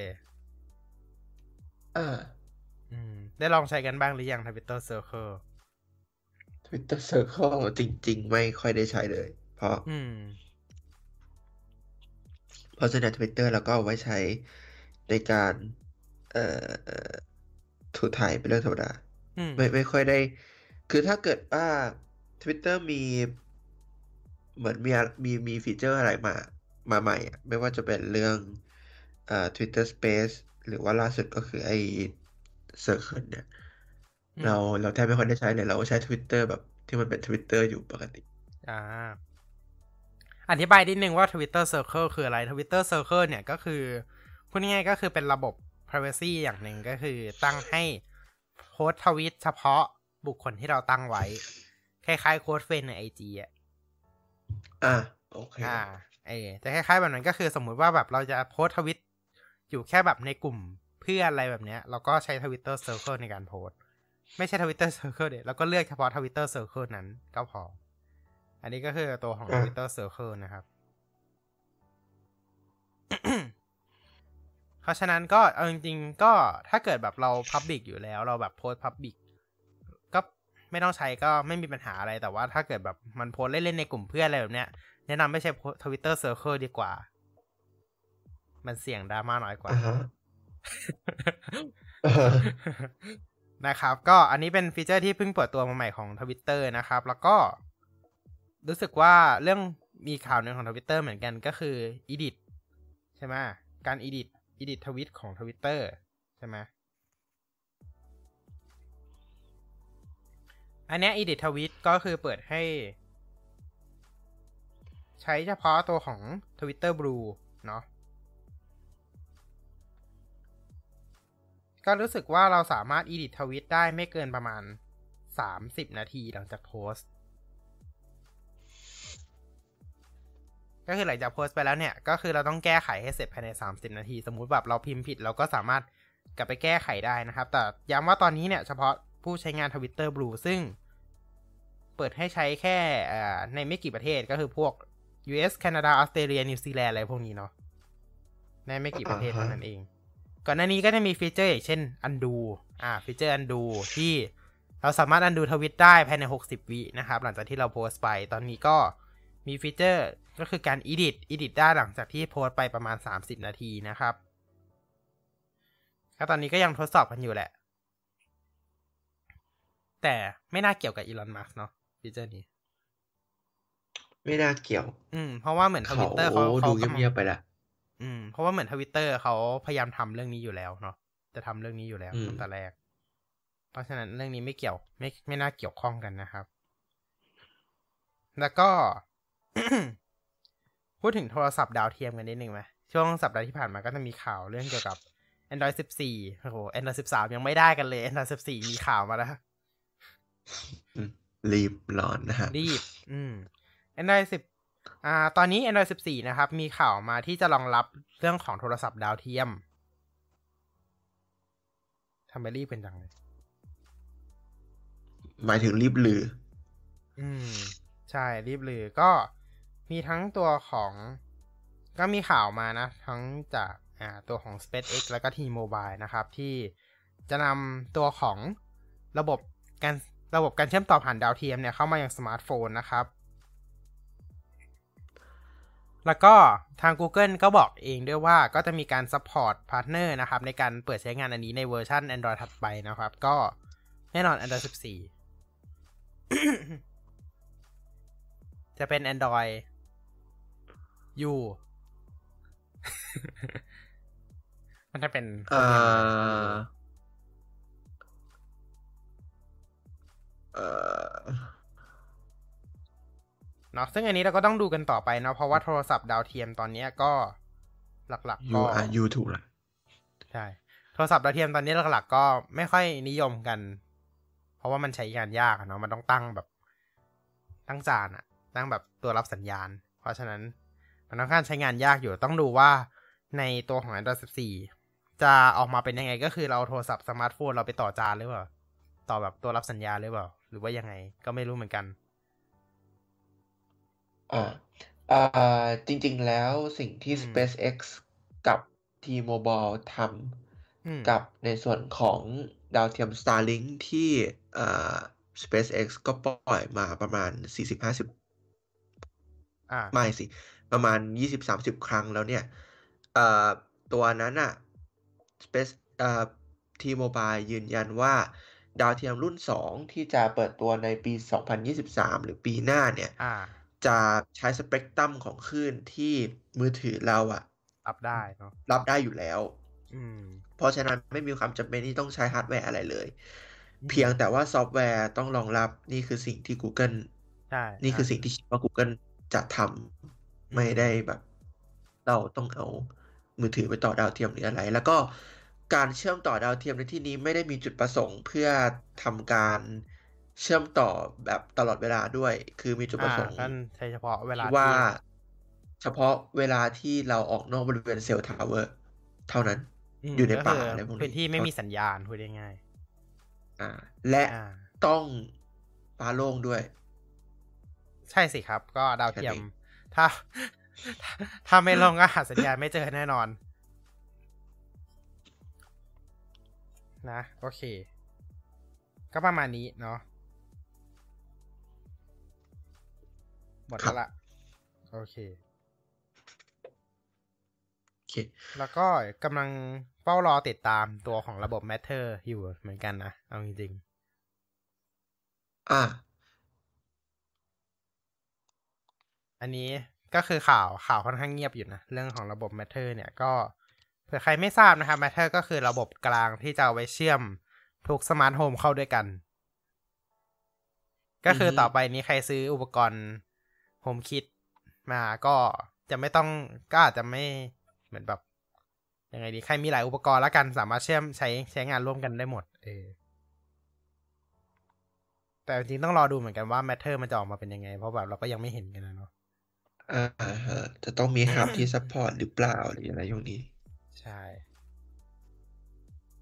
ได้ลองใช้กันบ้างหรือยัง Twitter Circle Twitter Circle จริงๆไม่ค่อยได้ใช้เลยเพราะส่วนใหญ่ Twitter แล้วก็เอาไว้ใช้ในการถูถ่ายเป็นเรื่องธรรมดาไม่ค่อยได้คือถ้าเกิดว่า Twitter มีเหมือนมีฟีเจอร์อะไรมาใหม่อ่ะไม่ว่าจะเป็นเรื่องTwitter Space หรือว่าล่าสุดก็คือไอ้ Circle เนี่ยเราแทบไม่ค่อยได้ใช้เลยเราใช้ Twitter แบบที่มันเป็น Twitter อยู่ปกติอธิบายนิดนึงว่า Twitter Circle คืออะไร Twitter Circle เนี่ยก็คือพูดง่ายๆก็คือเป็นระบบ privacy อย่างหนึ่งก็คือตั้งให้โพสต์ทวีตเฉพาะบุคคลที่เราตั้งไว้คล้ายๆโค้ดเฟรนด์ใน IG อ่ะโอเคแต่คล้ายๆแบบนั้นก็คือสมมุติว่าแบบเราจะโพสต์ทวิตอยู่แค่แบบในกลุ่มเพื่อนอะไรแบบเนี้ยเราก็ใช้ Twitter Circle ในการโพสต์ไม่ใช่ Twitter Circle เดี๋ยวเราก็เลือกเฉพาะ Twitter Circle นั้นก็พออันนี้ก็คือตัวของ Twitter Circle นะครับ เพราะฉะนั้นก็เอาจริงๆก็ถ้าเกิดแบบเรา Public อยู่แล้วเราแบบโพสต์ Public ก็ไม่ต้องใช้ก็ไม่มีปัญหาอะไรแต่ว่าถ้าเกิดแบบมันโพสต์เล่นๆในกลุ่มเพื่อนอะไรแบบเนี้ยแนะนำไม่ใช่ Twitter Circle ดีกว่ามันเสี่ยงดราม่าน้อยกว่า นะครับก็อันนี้เป็นฟีเจอร์ที่เพิ่งเปิดตัวมาใหม่ของ Twitter นะครับแล้วก็รู้สึกว่าเรื่องมีข่าวหนึ่งของ Twitter เหมือนกันก็คือ Edit ใช่ไหมการ Edit ทวิตของ Twitter ใช่ไหมอันนี้ Edit ทวิตก็คือเปิดให้ใช้เฉพาะตัวของ Twitter Blue เนาะก็รู้สึกว่าเราสามารถ edit ทวิตได้ไม่เกินประมาณ30นาทีหลังจากโพสต์ก็คือหลังจากโพสต์ไปแล้วเนี่ยก็คือเราต้องแก้ไขให้เสร็จภายใน30นาทีสมมุติแบบเราพิมพ์ผิดเราก็สามารถกลับไปแก้ไขได้นะครับแต่ย้ำว่าตอนนี้เนี่ยเฉพาะผู้ใช้งาน Twitter Blue ซึ่งเปิดให้ใช้แค่ในไม่กี่ประเทศก็คือพวก US แคนาดาออสเตรเลียนิวซีแลนด์อะไรพวกนี้เนาะในไม่กี่ประเทศเท่านั้นเองก่อนหน้านี้ก็จะมีฟีเจอร์อย่างเช่น undo ฟีเจอร์ undo ที่เราสามารถ undo ทวิตได้ภายใน60 วินะครับหลังจากที่เราโพสต์ไปตอนนี้ก็มีฟีเจอร์ก็คือการ edit ได้หลังจากที่โพสต์ไปประมาณ30นาทีนะครับก็ตอนนี้ก็ยังทดสอบกันอยู่แหละแต่ไม่น่าเกี่ยวกับอีลอนมัสก์เนาะฟีเจอร์นี้ไม่น่าเกี่ยวเพราะว่าเหมือน Twitter เขาดูเงียบๆไปละเพราะว่าเหมือน Twitter เขาพยายามทำเรื่องนี้อยู่แล้วเนาะจะทำเรื่องนี้อยู่แล้วตั้งแต่แรกเพราะฉะนั้นเรื่องนี้ไม่เกี่ยวไม่น่าเกี่ยวข้องกันนะครับแล้วก็ พูดถึงโทรศัพท์ดาวเทียมกันนิดนึงไหมช่วงสัปดาห์ที่ผ่านมาก็จะมีข่าวเรื่องเกี่ยวกับ Android 14โอ้โห Android 13ยังไม่ได้กันเลย Android 14มีข่าวมาแล้วรีบร้อนนะฮะรีบAndroid 10ตอนนี้ Android 14นะครับมีข่าวมาที่จะรองรับเรื่องของโทรศัพท์ดาวเทียมทำไมรีบเป็นจังเลยหมายถึงรีบลือใช่รีบลือก็มีทั้งตัวของก็มีข่าวมานะทั้งจากตัวของ SpaceX แล้วก็ T-Mobile นะครับที่จะนำตัวของระบบการเชื่อมต่อผ่านดาวเทียมเนี่ยเข้ามายังสมาร์ทโฟนนะครับแล้วก็ทาง Google ก็บอกเองด้วยว่าก็จะมีการ support partner นะครับในการเปิดใช้งานอันนี้ในเวอร์ชัน Android ถัดไปนะครับก็แน่นอน Android 14 จะเป็น Android U มันจะเป็นเนาะซึ่งอันนี้เราก็ต้องดูกันต่อไปเนาะเพราะว่าโทรศัพท์ดาวเทียมตอนนี้ก็หลักๆก็ U ถูกละใช่โทรศัพท์ดาวเทียมตอนนี้หลักๆก็ไม่ค่อยนิยมกันเพราะว่ามันใช้งานยากเนาะมันต้องตั้งจานตั้งแบบตัวรับสัญญาณเพราะฉะนั้นมันค่อนข้างใช้งานยากอยู่ต้องดูว่าในตัวของ Android 14จะออกมาเป็นยังไงก็คือเราโทรศัพท์สมาร์ทโฟนเราไปต่อจานหรือเปล่าต่อแบบตัวรับสัญญาณหรือเปล่าหรือว่ายังไงก็ไม่รู้เหมือนกันจริงๆแล้วสิ่งที่ SpaceX กับ T-Mobile ทำกับในส่วนของดาวเทียม Starlink ที่SpaceX ก็ปล่อยมาประมาณ40-50ไม่สิประมาณ 20-30 ครั้งแล้วเนี่ยตัวนั้นน่ะ Space T-Mobile ยืนยันว่าดาวเทียมรุ่น2ที่จะเปิดตัวในปี2023หรือปีหน้าเนี่ยจะใช้สเปกตรัมของคลื่นที่มือถือเรารับได้เนาะรับได้อยู่แล้วเพราะฉะนั้นไม่มีความจำเป็นที่ต้องใช้ฮาร์ดแวร์อะไรเลยเพียงแต่ว่าซอฟต์แวร์ต้องรองรับนี่คือสิ่งที่ Google นี่คือสิ่งที่คิดว่า Google จะทำไม่ได้แบบเราต้องเอามือถือไปต่อดาวเทียมหรืออะไรแล้วก็การเชื่อมต่อดาวเทียมในที่นี้ไม่ได้มีจุดประสงค์เพื่อทำการเชื่อมต่อแบบตลอดเวลาด้วยคือมีจุดประสงค์ใช้เฉพาะเวลาว่าเฉพาะเวลาที่เราออกนอกบริเวณเซลล์ทาวเวอร์เท่านั้นอยู่ในป่าอะไรพวกนี้พื้นที่ไม่มีสัญญาณพูดง่ายๆและต้องฟ้าโล่งด้วยใช่สิครับก็ดาวเทียมถ้าไม่ลงก็หาสัญญาณไม่เจอแน่นอนนะโอเคก็ประมาณนี้เนาะหมดแล้วละโอเคแล้วก็กำลังเฝ้ารอติดตามตัวของระบบ Matter อยู่เหมือนกันนะเอาจริงๆอันนี้ก็คือข่าวค่อนข้างเงียบอยู่นะเรื่องของระบบ Matter เนี่ยก็เผื่อใครไม่ทราบนะครับ Matter ก็คือระบบกลางที่จะเอาไว้เชื่อมทุกสมาร์ทโฮมเข้าด้วยกันก็คือต่อไปนี้ใครซื้ออุปกรณ์โฮมคิดมาก็จะไม่ต้องก็อาจจะไม่เหมือนแบบยังไงดีใครมีหลายอุปกรณ์แล้วกันสามารถเชื่อมใช้งานร่วมกันได้หมดแต่จริงต้องรอดูเหมือนกันว่า Matter มันจะออกมาเป็นยังไงเพราะแบบเราก็ยังไม่เห็นกันนะเนาะจะต้องมีฮับที่ซัพพอร์ตหรือเปล่าหรืออะไรอย่างนี้ใช่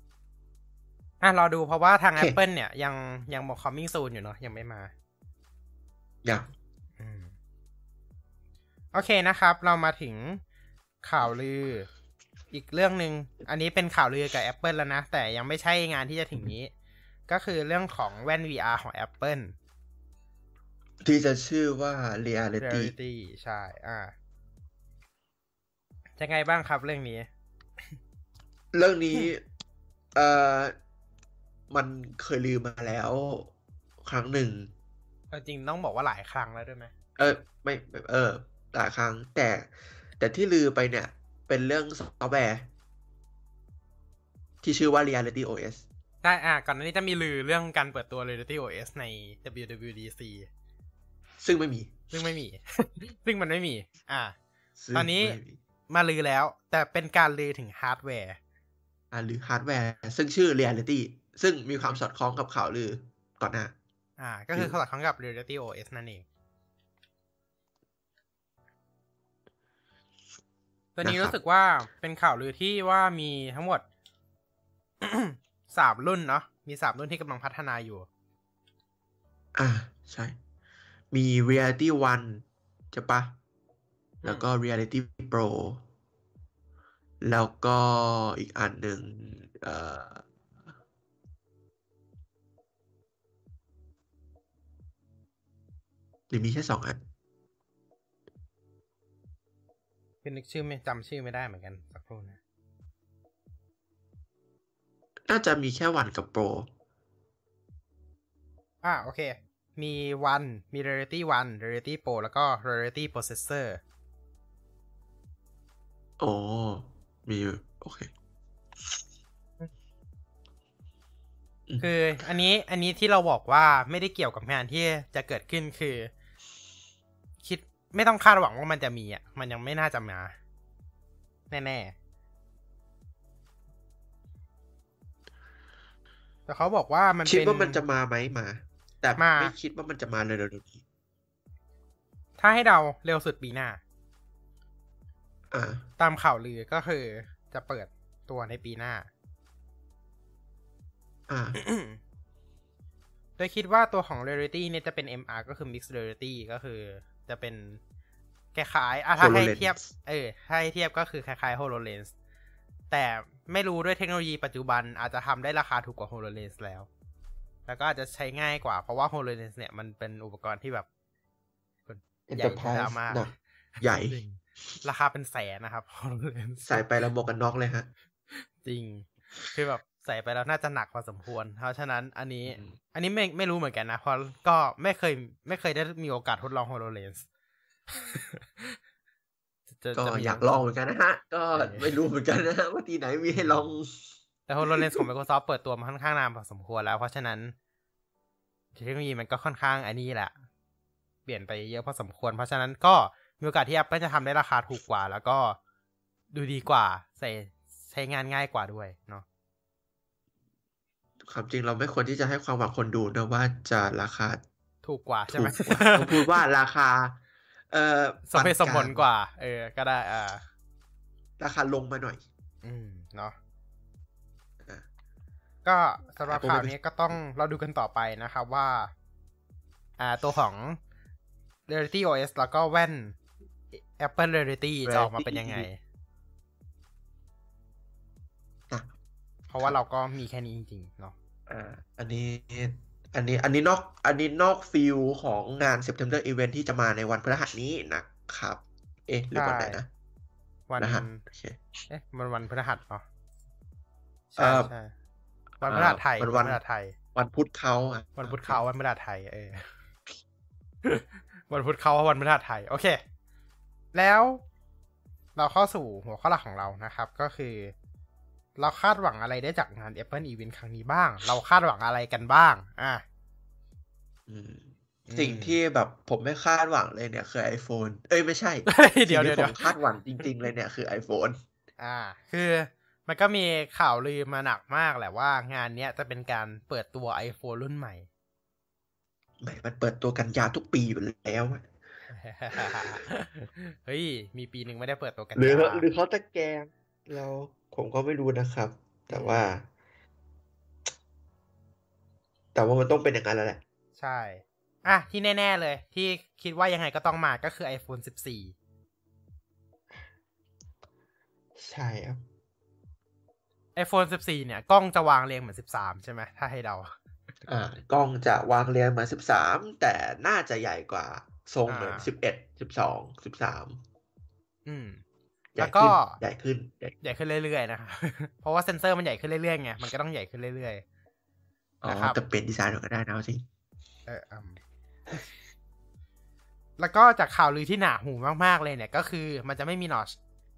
รอดูเพราะว่าทาง Apple เนี่ยยังบอก coming soon อยู่เนาะยังไม่มาอยากโอเคนะครับเรามาถึงข่าวลืออีกเรื่องนึงอันนี้เป็นข่าวลือกับ Apple แล้วนะแต่ยังไม่ใช่งานที่จะถึงนี้ก็คือเรื่องของแว่น VR ของ Apple ที่จะชื่อว่า Reality ใช่จะไงบ้างครับเรื่องนี้มันเคยลืมมาแล้วครั้งหนึ่งจริงต้องบอกว่าหลายครั้งแล้วด้วยไหมไม่หลายครั้งแต่ที่ลือไปเนี่ยเป็นเรื่องซอฟต์แวร์ที่ชื่อว่า Reality OS ได้ก่อนหน้านี้จะมีลือเรื่องการเปิดตัว Reality OS ใน WWDC ซึ่งไม่มีซึ่งมันไม่มีตอนนี้มาลือแล้วแต่เป็นการลือถึงฮาร์ดแวร์หรือฮาร์ดแวร์ซึ่งชื่อ Reality ซึ่งมีความสอดคล้องกับข่าวลือก่อนหน้าก็คือสอดคล้องกับ Reality OS นั่นเองตอนนี้รู้สึกว่าเป็นข่าวลือที่ว่ามีทั้งหมด 3 รุ่นเนาะมี3รุ่นที่กำลังพัฒนาอยู่ใช่มี Reality 1 ใช่ปะแล้วก็ Reality Pro แล้วก็อีกอันหนึ่งหรือมีแค่2 อันคือนึกชื่อไม่จำชื่อไม่ได้เหมือนกันสักครู่นะน่าจะมีแค่1กับ Pro โอเคมี1มี Reality 1 Reality Pro แล้วก็ Reality Processor มีโอเคคืออันนี้ที่เราบอกว่าไม่ได้เกี่ยวกับงานที่จะเกิดขึ้นคือคิดไม่ต้องคาดหวังว่ามันจะมีมันยังไม่น่าจะมาแน่ๆแต่เขาบอกว่ามันคิดว่ามันจะมาไหมแต่ไม่คิดว่ามันจะมาเร็วๆนี้ถ้าให้เดาเร็วสุดปีหน้าตามข่าวลือก็คือจะเปิดตัวในปีหน้าโดยคิดว่าตัวของ Reality เนี่ยจะเป็น MR ก็คือ Mixed Reality ก็คือจะเป็นคล้ายๆถ้าให้เทียบถ้าให้เทียบก็คือคล้ายๆ HoloLens แต่ไม่รู้ด้วยเทคโนโลยีปัจจุบันอาจจะทำได้ราคาถูกกว่า HoloLens แล้วก็อาจจะใช้ง่ายกว่าเพราะว่า HoloLens เนี่ยมันเป็นอุปกรณ์ที่แบบใหญ่มากใหญ่ราคาเป็นแสนนะครับ HoloLens ใส่ไปแล้วหมวกกันน็อกเลยฮะจริงคือแบบใส่ไปแล้วน่าจะหนักพอสมควรเพราะฉะนั้นอันนี้ไม่รู้เหมือนกันนะเพราะก็ไม่เคยได้มีโอกาสทดลอง HoloLens ก็อยากลองเหมือนกันนะฮะก็ไม่รู้เหมือนกันนะฮะว่าที่ไหนมีให้ลองแต่ HoloLens ของ Microsoft เปิดตัวมาค่อนข้างนานพอสมควรแล้วเพราะฉะนั้นเทคโนโลยีมันก็ค่อนข้างอันนี้แหละเปลี่ยนไปเยอะพอสมควรเพราะฉะนั้นก็มีโอกาสที่ Apple จะทำได้ราคาถูกกว่าแล้วก็ดูดีกว่าใช้งานง่ายกว่าด้วยเนาะความจริงเราไม่ควรที่จะให้ความหวังคนดูนะว่าจะราคาถูกกว่าใช่ไหมต้องพูดว่าราคาสมเหตุสมผลกว่าก็ได้ราคาลงมาหน่อยเนาะก็สำหรับข่าวนี้ก็ต้องเราดูกันต่อไปนะครับว่าตัวของ Reality OS แล้วก็แว่น Apple Reality จะออกมาเป็นยังไงเพราะว่าเราก็มีแค่นี้จริงๆเนาะอันนี้นอกฟิลของงาน September Event ที่จะมาในวันพฤหัสนี้นะครับหรือวันไหนนะวันพฤหัสโอเคมันวันพฤหัสเนาะใช่วันพฤหัสไทยวันพฤหัสไทยวันพุธเขาวันพุธเขาวันพฤหัสไทยวันพุธเขาวันพฤหัสไทยโอเคแล้วเราเข้าสู่หัวข้อหลักของเรานะครับก็คือเราคาดหวังอะไรได้จากงาน Apple Event ครั้งนี้บ้างเราคาดหวังอะไรกันบ้างสิ่งที่แบบผมไม่คาดหวังเลยเนี่ยคือ iPhone ไม่ใช่เดี๋ยวผมคาดหวังจริงๆเลยเนี่ยคือ iPhone คือมันก็มีข่าวลือมาหนักมากแหละว่างานเนี้ยจะเป็นการเปิดตัว iPhone รุ่นใหม่มันเปิดตัวกันยาทุกปีอยู่แล้วเฮ้ยมีปีนึงไม่ได้เปิดตัวกันยาหรือเขาตะแกงเราผมก็ไม่รู้นะครับแต่ว่ามันต้องเป็นอย่างนั้นแล้วแหละใช่ที่แน่ๆเลยที่คิดว่ายังไงก็ต้องมาก็คือ iPhone 14 ใช่ครับ iPhone 14เนี่ยกล้องจะวางเรียงเหมือน13ใช่ไหมถ้าให้เดากล้องจะวางเรียงเหมือน13แต่น่าจะใหญ่กว่าทรงเหมือน11 12 13ใหญ่แล้วก็ขึ้นใหญ่ขึ้นใหญ่ขึ้นเรื่อยๆนะครับ เพราะว่าเซนเซอร์มันใหญ่ขึ้นเรื่อยๆไงมันก็ต้องใหญ่ขึ้นเรื่อยๆนะครับแต่เป็นดีไซน์ก็ได้นะจริงแล้วก็จากข่าวลือที่หนาหูมากๆเลยเนี่ยก็คือมันจะไม่มีนอช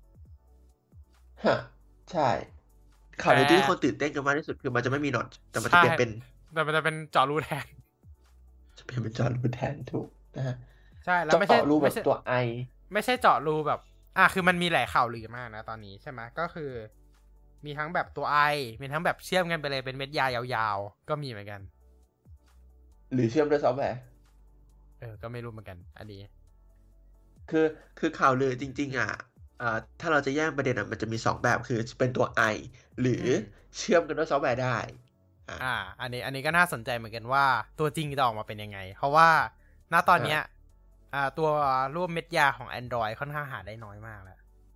ใช่ข่าวลือที่คนตื่นเต้นกันมากที่สุดคือมันจะไม่มีนอชแต่มันจะเปลี่ยนเป็นแต่มันจะเป็นเจาะรูแทนจะเปลี่ยนเป็นเจาะรูแทนถูกนะฮะใช่แล้วไม่ใช่รูแบบตัวไอไม่ใช่เจาะรูแบบคือมันมีหลายข่าวลือมากนะตอนนี้ใช่ไหมก็คือมีทั้งแบบตัวไอมีทั้งแบบเชื่อมกันไปเลยเป็นเม็ดยายาวๆก็มีเหมือนกันหรือเชื่อมด้วยซอฟต์แวร์ก็ไม่รู้เหมือนกันอันนี้คือข่าวลือจริงๆถ้าเราจะแยกประเด็นมันจะมี2แบบคือเป็นตัวไอหรือเชื่อมกันด้วยซอฟต์แวร์ได้อันนี้ก็น่าสนใจเหมือนกันว่าตัวจริงจะออกมาเป็นยังไงเพราะว่าณตอนเนี้ยตัวรูปเม็ดยาของ Android ค่อนข้างหาได้น้อยมากแล้ว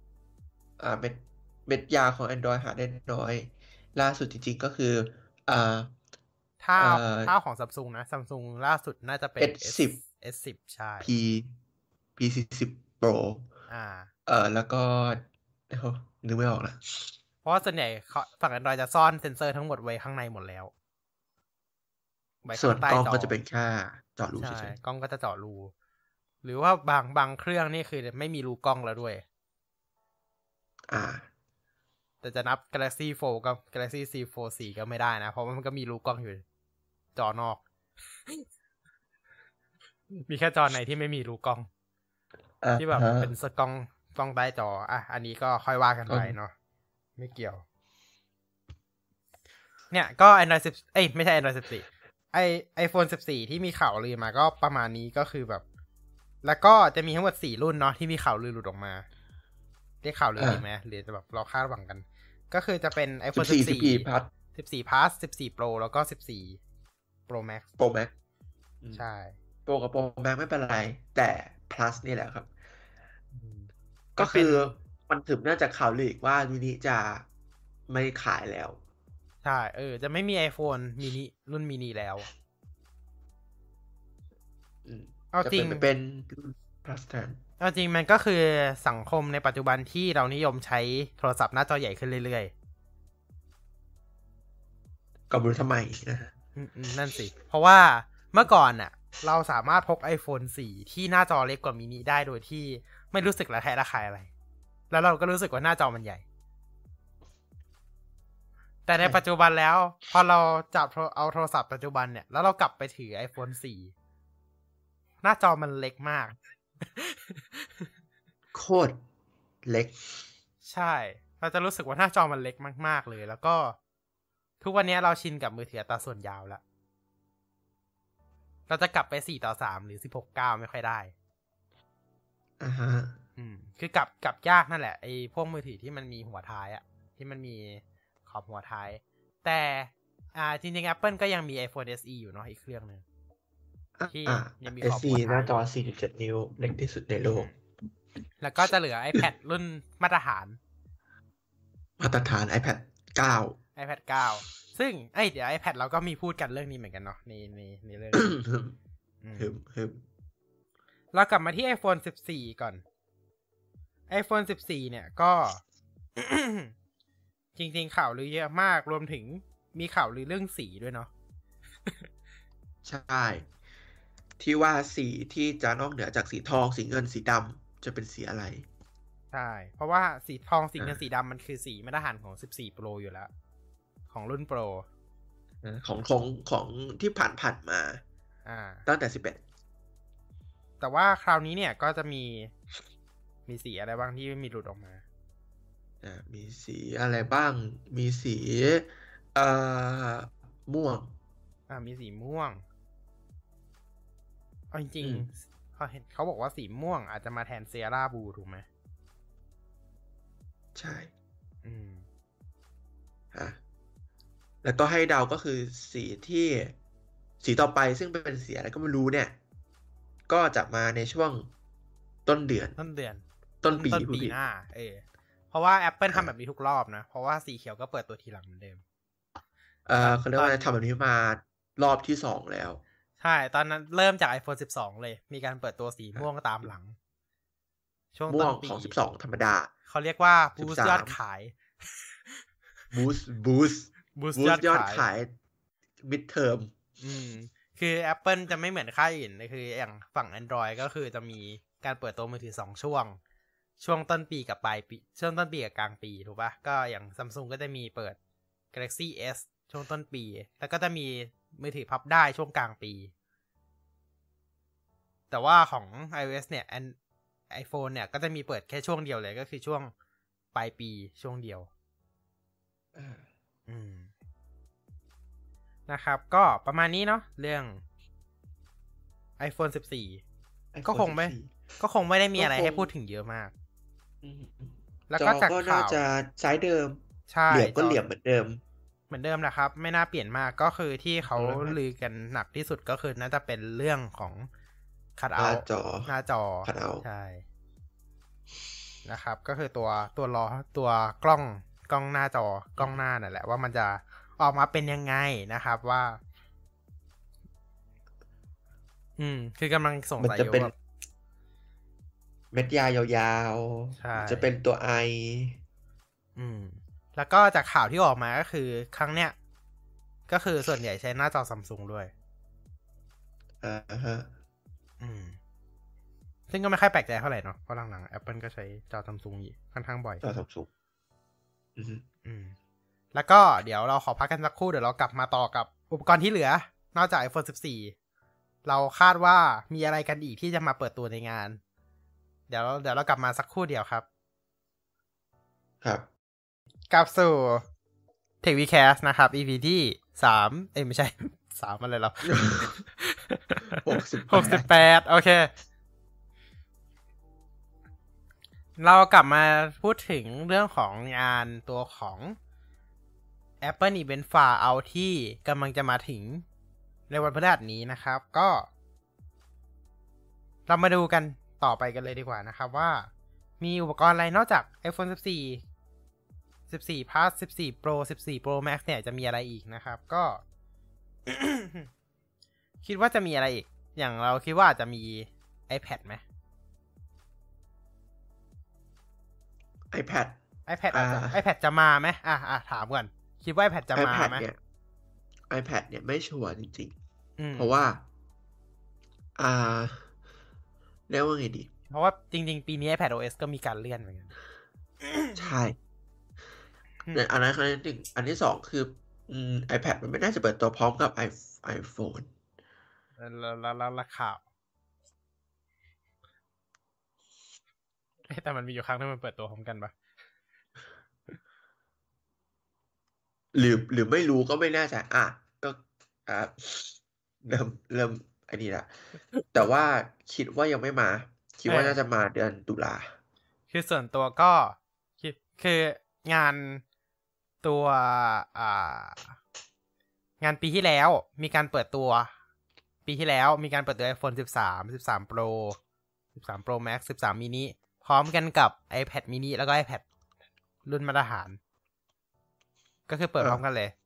เม็ดยาของ Android หาได้น้อยล่าสุดจริงๆก็คือถ้าของ Samsung นะ Samsung ล่าสุดน่าจะเป็น S10 ใช่ P40 Pro แล้วก็นึกไม่ออกนะเพราะว่าส่วนใหญ่ฝั่ง Android จะซ่อนเซ็นเซอร์ทั้งหมดไว้ข้างในหมดแล้วส่วนกล้องก็จะเป็นแค่เจาะรูเฉยๆกล้องก็จะเจาะรูหรือว่าบางเครื่องนี่คือไม่มีรูกล้องแล้วด้วยแต่จะนับ Galaxy Fold กับ Galaxy Z Fold 4ก็ไม่ได้นะเพราะว่ามันก็มีรูกล้องอยู่จอนอกมีแค่จอไหนที่ไม่มีรูกล้องที่แบบเป็นสกล้องใต้จออันนี้ก็ค่อยว่ากันไปเนาะไม่เกี่ยวเนี่ยก็ Android 10ไม่ใช่ Android 14 iPhone 14ที่มีข่าวลือมาก็ประมาณนี้ก็คือแบบแล้วก็จะมีทั้งหมด4รุ่นเนาะที่มีข่าวลือหลุดออกมาได้ข่าวลือดีไหมหรือจะแบบเราคาดหวังกันก็คือจะเป็น iPhone 14 Plus 14 Pro แล้วก็14 Pro Max ใช่ Pro กับ Pro Max ไม่เป็นไรแต่ Plus นี่แหละครับก็คือมันถึงน่าจะข่าวลือว่ามินิจะไม่ขายแล้วใช่จะไม่มี iPhone mini รุ่นมินิแล้วเอาจริงเป็น Plus แทนเอาจริงมันก็คือสังคมในปัจจุบันที่เรานิยมใช้โทรศัพท์หน้าจอใหญ่ขึ้นเรื่อยๆก็ไม่รู้ทำไมนะนั่นสิเพราะว่าเมื่อก่อนน่ะเราสามารถพก iPhone 4ที่หน้าจอเล็กกว่ามินิได้โดยที่ไม่รู้สึกระแคะระคายอะไรแล้วเราก็รู้สึกว่าหน้าจอมันใหญ่แต่ในปัจจุบันแล้วพอเราจับเอาโทรศัพท์ปัจจุบันเนี่ยแล้วเรากลับไปถือ iPhone 4หน้าจอมันเล็กมากโคตรเล็กใช่เราจะรู้สึกว่าหน้าจอมันเล็กมากๆเลยแล้วก็ทุกวันนี้เราชินกับมือถืออัตราส่วนยาวแล้วเราจะกลับไป4:3หรือ16:9ไม่ค่อยได้คือกลับยากนั่นแหละไอ้พวกมือถือที่มันมีหัวท้ายที่มันมีขอบหัวท้ายแต่จริงๆ Apple ก็ยังมี iPhone SE อยู่เนาะอีกเครื่องนึงที่ยังมีขอบหัวท้ายหน้าจอ 4.7 นิ้วเล็กที่สุดในโลกแล้วก็จะเหลือ iPad รุ่นมาตรฐาน iPad 9 ซึ่งเดี๋ยว iPad เราก็มีพูดกันเรื่องนี้เหมือนกันเนาะในเรื่องเรากลับมาที่ iPhone 14 ก่อน iPhone 14 เนี่ยก็ จริงๆข่าวลือเยอะมากรวมถึงมีข่าวลือเรื่องสีด้วยเนาะใช่ที่ว่าสีที่จะนอกเหนือจากสีทองสีเงินสีดำจะเป็นสีอะไรใช่เพราะว่าสีทองสีเงินสีดำมันคือสีมาตรฐานของ14 Pro อยู่แล้วของรุ่น Pro ของที่ผ่านมาตั้งแต่11 แต่ว่าคราวนี้เนี่ยก็จะมีสีอะไรบ้างที่มีหลุดออกมามีสีอะไรบ้างมีสีม่วงมีสีม่วงเอาจริงๆเขาบอกว่าสีม่วงอาจจะมาแทนเซียร่าบลูถูกไหมใช่แล้วก็ให้เดาก็คือสีที่สีต่อไปซึ่งเป็นสีอะไรก็ไม่รู้เนี่ย ก็จะมาในช่วงต้นปีต้นผู้ปีผิดหน้าเพราะว่า Apple ทำแบบนี้ทุกรอบนะเพราะว่าสีเขียวก็เปิดตัวทีหลังเหมือนเดิมเขาเรียกว่าทำแบบนี้มารอบที่2แล้วใช่ตอนนั้นเริ่มจาก iPhone 12เลยมีการเปิดตัวสีม่วงตามหลังช่วงต้นปีของ12ธรรมดาเขาเรียกว่าบูสต์ยอดขายบูสต์ยอดขายมิดเทอมคือ Apple จะไม่เหมือนค่ายอื่นคืออย่างฝั่ง Android ก็คือจะมีการเปิดตัวมือถือ2ช่วงต้นปีกับปลายปีช่วงต้นปีกับกลางปีถูกป่ะก็อย่าง Samsung ก็จะมีเปิด Galaxy S ช่วงต้นปีแล้วก็จะมีมือถือพับได้ช่วงกลางปีแต่ว่าของ iOS เนี่ย iPhone เนี่ยก็จะมีเปิดแค่ช่วงเดียวเลยก็คือช่วงปลายปีช่วงเดียวนะครับก็ประมาณนี้เนาะเรื่อง iPhone 14ก็คงไม่ได้มีอะไรให้พูดถึงเยอะมากแล้วก็จากข่าวจะไซส์เดิมเหลี่ยมก็เหลี่ยมเหมือนเดิมนะครับไม่น่าเปลี่ยนมากก็คือที่เขาลือกันหนักที่สุดก็คือน่าจะเป็นเรื่องของคัทเอาท์หน้าจอใช่นะครับก็คือตัวล้อตัวกล้องหน้าจอกล้องหน้านั่นแหละว่ามันจะออกมาเป็นยังไงนะครับว่าคือกำลังสงสัยอยู่ว่าเม็ดยาวๆจะเป็นตัวไอแล้วก็จากข่าวที่ออกมาก็คือครั้งเนี้ยก็คือส่วนใหญ่ใช้หน้าจอ Samsung ด้วยซึ่งก็ไม่ค่อยแปลกใจเท่าไหร่เนาะเพราะหลังๆ Apple ก็ใช้จอ Samsung ค่อนข้างบ่อยจอ Samsung แล้วก็เดี๋ยวเราขอพักกันสักครู่เดี๋ยวเรากลับมาต่อกับอุปกรณ์ที่เหลือนอกจาก iPhone 14เราคาดว่ามีอะไรกันอีกที่จะมาเปิดตัวในงานเดี๋ยวเรากลับมาสักครู่เดียวครับกลับสู่ Tech Vcast นะครับ EP ที่3ไม่ใช่3อะไรแล้ว68โอเคเรากลับมาพูดถึงเรื่องของงานตัวของ Apple Event Far Out ที่กำลังจะมาถึงในวันพฤหัสนี้นะครับก็เรามาดูกันต่อไปกันเลยดีกว่านะครับว่ามีอุปกรณ์อะไรนอกจาก iPhone 14 Plus 14 Pro 14 Pro Max เนี่ยจะมีอะไรอีกนะครับก็ คิดว่าจะมีอะไรอีกอย่างเราคิดว่าอาจจะมี iPad ไหม iPad จะมาไหมถามก่อนคิดว่า iPad จะมาไหม iPad เนี่ยไม่ชัวร์จริงๆเพราะว่าเรียกว่าไงดีเพราะว่าจริงๆปีนี้ iPad OS ก็มีการเลื่อนเหมือนกันใช่อันนั้นคือหนึ่งอันที่สองคือiPad มันไม่น่าจะเปิดตัวพร้อมกับ iPhone แล้วราคาแต่มันมีอยู่ครั้งที่มันเปิดตัวพร้อมกันปะหรือไม่รู้ก็ไม่แน่ใจก็เริ่มไอ้นี่ละแต่ว่าคิดว่ายังไม่มาคิดว่าน่าจะมาเดือนตุลาคือส่วนตัวก็คืองานตัวงานปีที่แล้วมีการเปิดตัวปีที่แล้วมีการเปิดตัว iPhone 13 Pro 13 Pro Max 13 mini พร้อมกันกับ iPad mini แล้วก็ iPad รุ่นมาตรฐานก็คือเปิดพร้อมกันเลย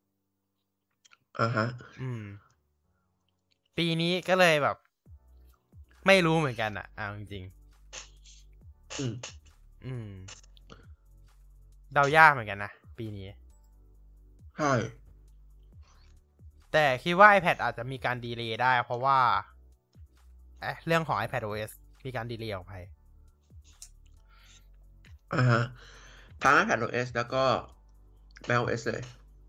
ปีนี้ก็เลยแบบไม่รู้เหมือนกันจริงเดายากเหมือนกันนะปีนี้ใช่แต่คิดว่า iPad อาจจะมีการดีเลย์ได้เพราะว่าเรื่องของ iPad OS มีการดีเลย์ออกไปทั้ง iPad OS แล้วก็ macOS เลย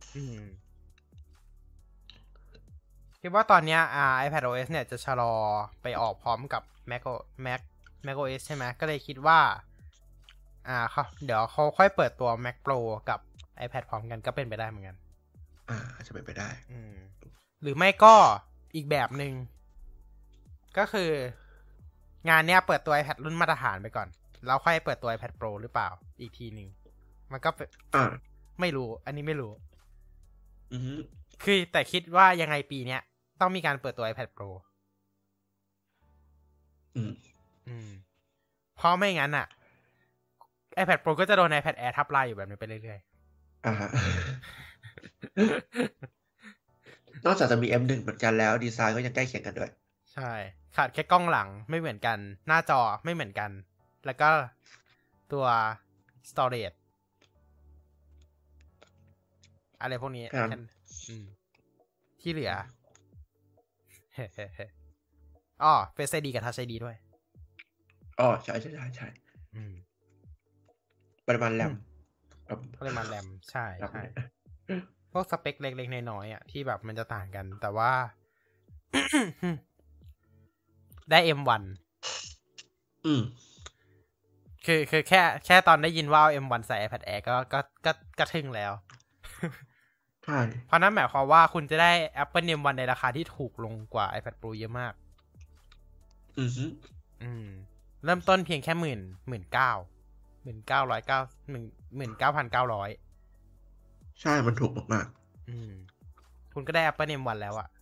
คิดว่าตอนนี้iPad OS เนี่ยจะชะลอไปออกพร้อมกับ macOS ใช่ไหมก็เลยคิดว่าเดี๋ยวเขาค่อยเปิดตัว Mac Pro กับ iPad พร้อมกันก็เป็นไปได้เหมือนกันจะเป็นไปได้หรือไม่ก็อีกแบบหนึ่งก็คืองานเนี้ยเปิดตัว iPad รุ่นมาตรฐานไปก่อนแล้วค่อยเปิดตัว iPad Pro หรือเปล่าอีกทีนึงมันก็ไม่รู้อันนี้ไม่รู้คือแต่คิดว่ายังไงปีเนี้ยต้องมีการเปิดตัว iPad Pro เพราะไม่งั้นอ่ะ iPad Pro ก็จะโดน iPad Air ทับลายอยู่แบบนี้ไปเรื่อยๆนอกจากจะมี M1 เหมือนกันแล้วดีไซน์ก็ยังใกล้เคียงกันด้วยใช่ขาดแค่กล้องหลังไม่เหมือนกันหน้าจอไม่เหมือนกันแล้วก็ตัว storage อะไรพวกนี้ที่เหลืออ๋อ Face ID กับ Touch ID ด้วยอ๋อใช่ปริมาณแรมใช่พวกสเปคเล็กๆน้อยๆอ่ะที่แบบมันจะต่างกันแต่ว่า ได้ M1 คือแค่ตอนได้ยินว่าเอา M1 ใส่ iPad Air ก็ทึ่งแล้วใช่เพราะนั้นหมายความว่าคุณจะได้ Apple M1 ในราคาที่ถูกลงกว่า iPad Pro เยอะมากเริ่มต้นเพียงแค่19,900 ใช่มันถูกมากคุณก็ได้ Apple M1 แล้วอะ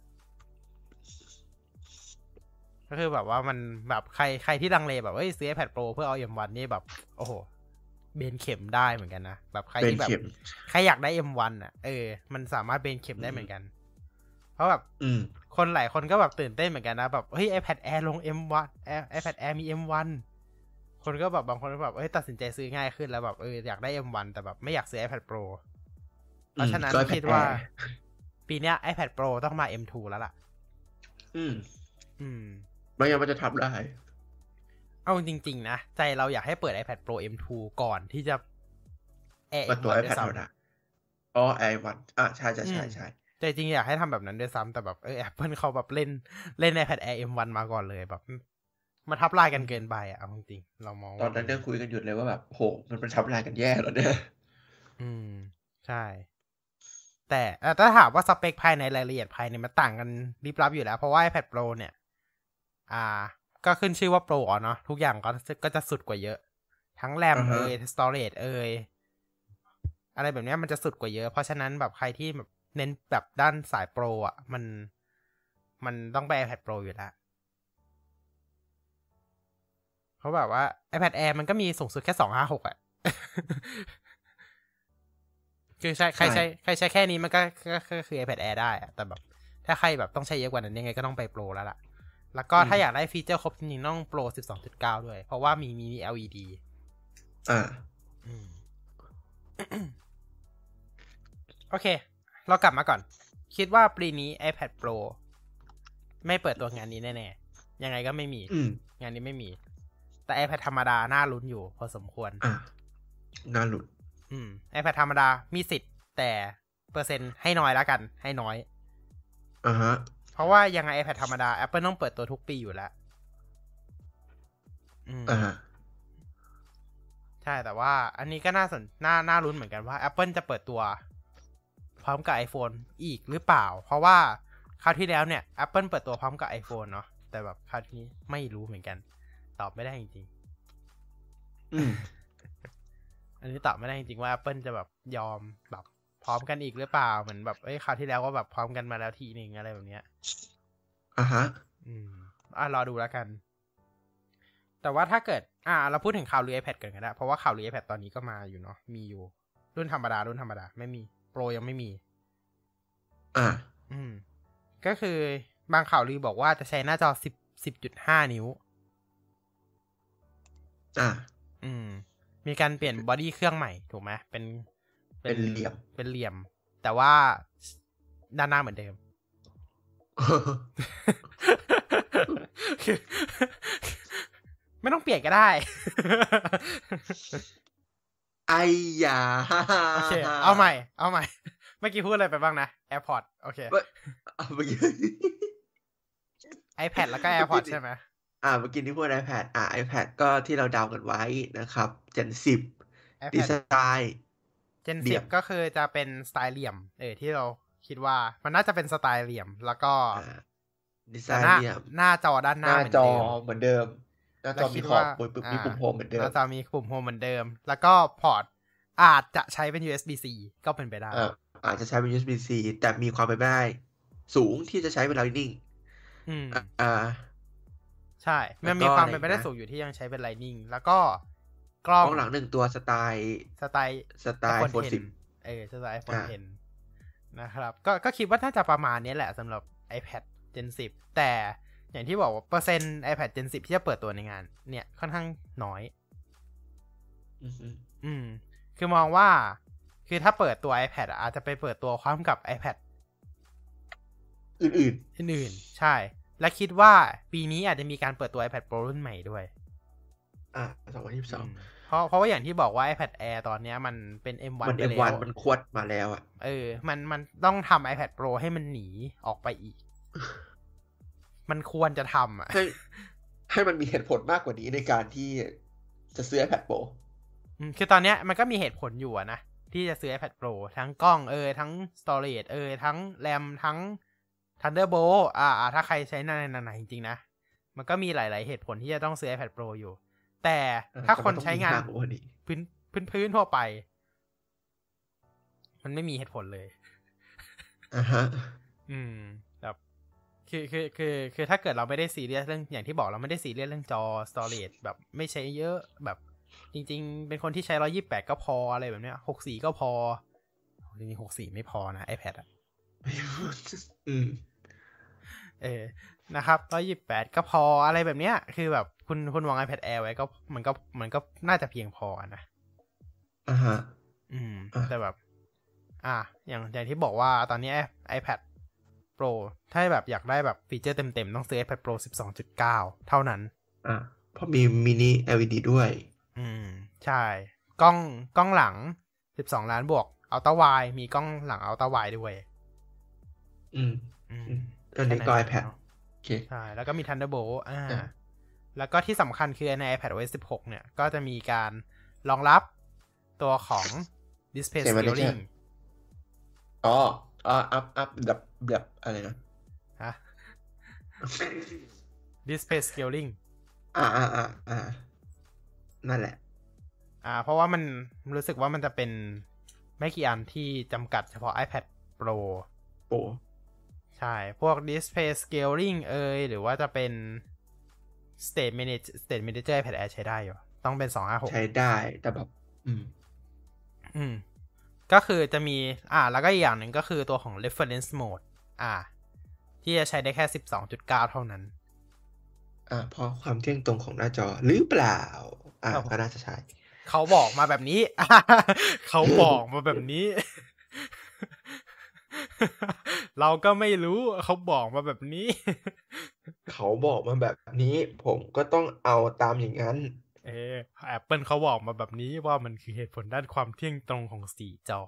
ก็คือแบบว่ามันแบบใครที่ลังเลแบบซื้อ iPad Pro เพื่อเอา M1 นี่แบบโอ้โหเบนเข็มได้เหมือนกันนะแบบใครที่แบบใครอยากได้ M1 อ่ะมันสามารถเบนเข็มได้เหมือนกันเพราะแบบคนหลายคนก็แบบตื่นเต้นเหมือนกันนะแบบiPad Air ลง M1 iPad Air มี M1 คนก็แบบบางคนก็แบบตัดสินใจซื้อง่ายขึ้นแล้วแบบอยากได้ M1 แต่แบบไม่อยากซื้อ iPad Pro เพราะฉะนั้นคิดว่าปีเนี้ย iPad Pro ต้องมา M2 แล้วล่ะไม่งั้นมันจะทับได้เอาจริงๆนะใจเราอยากให้เปิด iPad Pro M2 ก่อนที่จะเปิดตัว iPad ธรรมดาiPad ใช่แต่จริงอยากให้ทำแบบนั้นด้วยซ้ำแต่แบบApple เขาแบบเล่น iPad Air M1 มาก่อนเลยแบบมาทับลายกันเกินไปเอาจริงๆเรามองตอนนั้นยังคุยกันอยู่เลยว่าแบบโหมันทับลายกันแย่แล้วเนี่ยใช่แต่ถ้าถามว่าสเปคภายในรายละเอียดภายในมันต่างกันริบลับอยู่แล้วเพราะว่า iPad Pro เนี่ยก็ขึ้นชื่อว่า Pro เนาะทุกอย่างก็จะสุดกว่าเยอะทั้งแรมstorage อะไรแบบนี้มันจะสุดกว่าเยอะเพราะฉะนั้นแบบใครที่แบบเน้นแบบด้านสาย Pro มันต้องไป iPad Pro อยู่แล้วเพราะแบบว่า iPad Air มันก็มีสูงสุดแค่256คือใครใช้แค่นี้มันก็คือ iPad Air ได้แต่แบบถ้าใครแบบต้องใช้เยอะกว่านั้นยังไงก็ต้องไป Pro แล้วล่ะแล้วก็ถ้าอยากได้ฟีเจอร์ครบจริงๆต้อง Pro 12.9 ด้วยเพราะว่ามี LED โอเคเรากลับมาก่อนคิดว่าปีนี้ iPad Pro ไม่เปิดตัวงานนี้แน่ๆยังไงก็ไม่มีงานนี้ไม่มีแต่ iPad ธรรมดาน่าลุ้นอยู่พอสมควรน่าลุ้น iPad ธรรมดามีสิทธิ์แต่เปอร์เซ็นต์ให้น้อยแล้วกันให้น้อยเพราะว่ายังไง iPad ธรรมดา Apple ต้องเปิดตัวทุกปีอยู่แล้วใช่แต่ว่าอันนี้ก็น่าลุ้นเหมือนกันว่า Apple จะเปิดตัวพร้อมกับ iPhone อีกหรือเปล่าเพราะว่าคราวที่แล้วเนี่ย Apple เปิดตัวพร้อมกับ iPhone เนาะแต่แบบคราวนี้ไม่รู้เหมือนกันตอบไม่ได้จริงๆอันนี้ตอบไม่ได้จริงๆว่า Apple จะแบบยอมแบบพร้อมกันอีกหรือเปล่าเหมือนแบบคราวที่แล้วก็แบบพร้อมกันมาแล้วทีนึงอะไรแบบเนี้ยรอดูแล้วกันแต่ว่าถ้าเกิดเราพูดถึงข่าวลือ iPad กันก็ได้เพราะว่าข่าวลือ iPad ตอนนี้ก็มาอยู่เนาะมีอยู่รุ่นธรรมดาไม่มี Pro ยังไม่มีก็คือบางข่าวลือบอกว่าจะใช้หน้าจอ10.5 นิ้วมีการเปลี่ยนบอดี้เครื่องใหม่ถูกไหมเป็นเหลี่ยมแต่ว่าด้านหน้าเหมือนเดิมไม่ต้องเปลี่ยนก็ได้ยาโอเคเอาใหม่เมื่อกี้พูดอะไรไปบ้างนะ AirPods โอเคเมื่อกี้ iPad แล้วก็ AirPods ใช่ไหมเมื่อกี้ที่พูด iPad ก็ที่เราเดากันไว้นะครับ Gen 10 ดีไซน์ Gen 10 ก็คือจะเป็นสไตล์เหลี่ยมที่เราคิดว่ามันน่าจะเป็นสไตล์เหลี่ยมแล้วก็ดีไซน์เหลี่ยมหน้าจอด้านหน้าเหมือนเดิมหน้าจอมีขอบมีปุ่มโฮมเหมือนเดิมหน้าจอมีปุ่มโฮมเหมือนเดิมแล้วก็พอร์ตอาจจะใช้เป็น USB-C ก็เป็นไปได้อาจจะใช้เป็น USB-C แต่มีความเป็นไปได้สูงที่จะใช้เป็น Lightning ใช่มันมีความเป็นไปได้สูงอยู่ที่ยังใช้เป็น Lightning แล้วก็กล้องหลัง1ตัวสไตล์ iPhone 10 สไตล์ iPhone 10 นะครับก็คิดว่าน่าจะประมาณนี้แหละสำหรับ iPad Gen 10 แต่อย่างที่บอกว่าเปอร์เซ็นต์ iPad Gen 10 ที่จะเปิดตัวในงานเนี่ยค่อนข้างน้อยคือมองว่าคือถ้าเปิดตัว iPad อาจจะไปเปิดตัวพร้อมกับ iPad อื่นใช่และคิดว่าปีนี้อาจจะมีการเปิดตัว iPad Pro รุ่นใหม่ด้วย 2022 เพราะว่าอย่างที่บอกว่า iPad Air ตอนนี้มันเป็น M1 ไปแล้วมันควดมาแล้วอ่ะมันต้องทำ iPad Pro ให้มันหนีออกไปอีก มันควรจะทำอ่ะให้มันมีเหตุผลมากกว่านี้ในการที่จะซื้อ iPad Pro คือตอนนี้มันก็มีเหตุผลอยู่นะที่จะซื้อ iPad Pro ทั้งกล้องทั้ง storage ทั้ง RAM ทั้ง Thunderbolt ถ้าใครใช้นานๆจริงๆนะมันก็มีหลายๆเหตุผลที่จะต้องซื้อ iPad Pro อยู่แต่ถ้าคนใช้งานพื้นทั่วไปมันไม่มีเหตุผลเลยแบบคือถ้าเกิดเราไม่ได้ซีเรียสเรื่องอย่างที่บอกเราไม่ได้ซีเรียสเรื่องจอ storage แบบไม่ใช้เยอะแบบจริงๆเป็นคนที่ใช้128ก็พออะไรแบบเนี้ย64ก็พอจริงๆ64ไม่พอนะ iPad นะครับ128ก็พออะไรแบบเนี้ยคือแบบคุณวาง iPad Air ไว้ก็มันก็น่าจะเพียงพอนะแต่แบบอย่างที่บอกว่าตอนนี้ iPad Pro ถ้าแบบอยากได้แบบฟีเจอร์เต็มๆต้องซื้อ iPad Pro 12.9 เท่านั้นเพราะมีมินิ LED ด้วยใช่กล้องหลัง12ล้านบวก Ultra Wide มีกล้องหลัง Ultra Wide ด้วยอันนี้ก็ iPad ใช่แล้วก็มี Thunderbolt แล้วก็ที่สำคัญคือใน iPadOS 16 เนี่ยก็จะมีการรองรับตัวของ Display Scaling อัพแบบอะไรนะ Display Scaling นั่นแหละเพราะว่ามันรู้สึกว่ามันจะเป็นไม่กี่อันที่จำกัดเฉพาะ iPad Pro ใช่พวก Display Scaling หรือว่าจะเป็น State Manager iPad Air ใช้ได้อยู่ต้องเป็น256 ใช้ได้แต่แบบก็คือจะมีแล้วก็อีกอย่างหนึ่งก็คือตัวของ Reference Mode ที่จะใช้ได้แค่ 12.9 เท่านั้นเพราะความเที่ยงตรงของหน้าจอหรือเปล่าก็น่าจะใช่เขาบอกมาแบบนี้ เขาบอกมาแบบนี้ เราก็ไม่รู้เขาบอกมาแบบนี้เขาบอกมาแบบนี้ผมก็ต้องเอาตามอย่างนั้น Apple เขาบอกมาแบบนี้ว่ามันคือเหตุผลด้านความเที่ยงตรงของสีจอ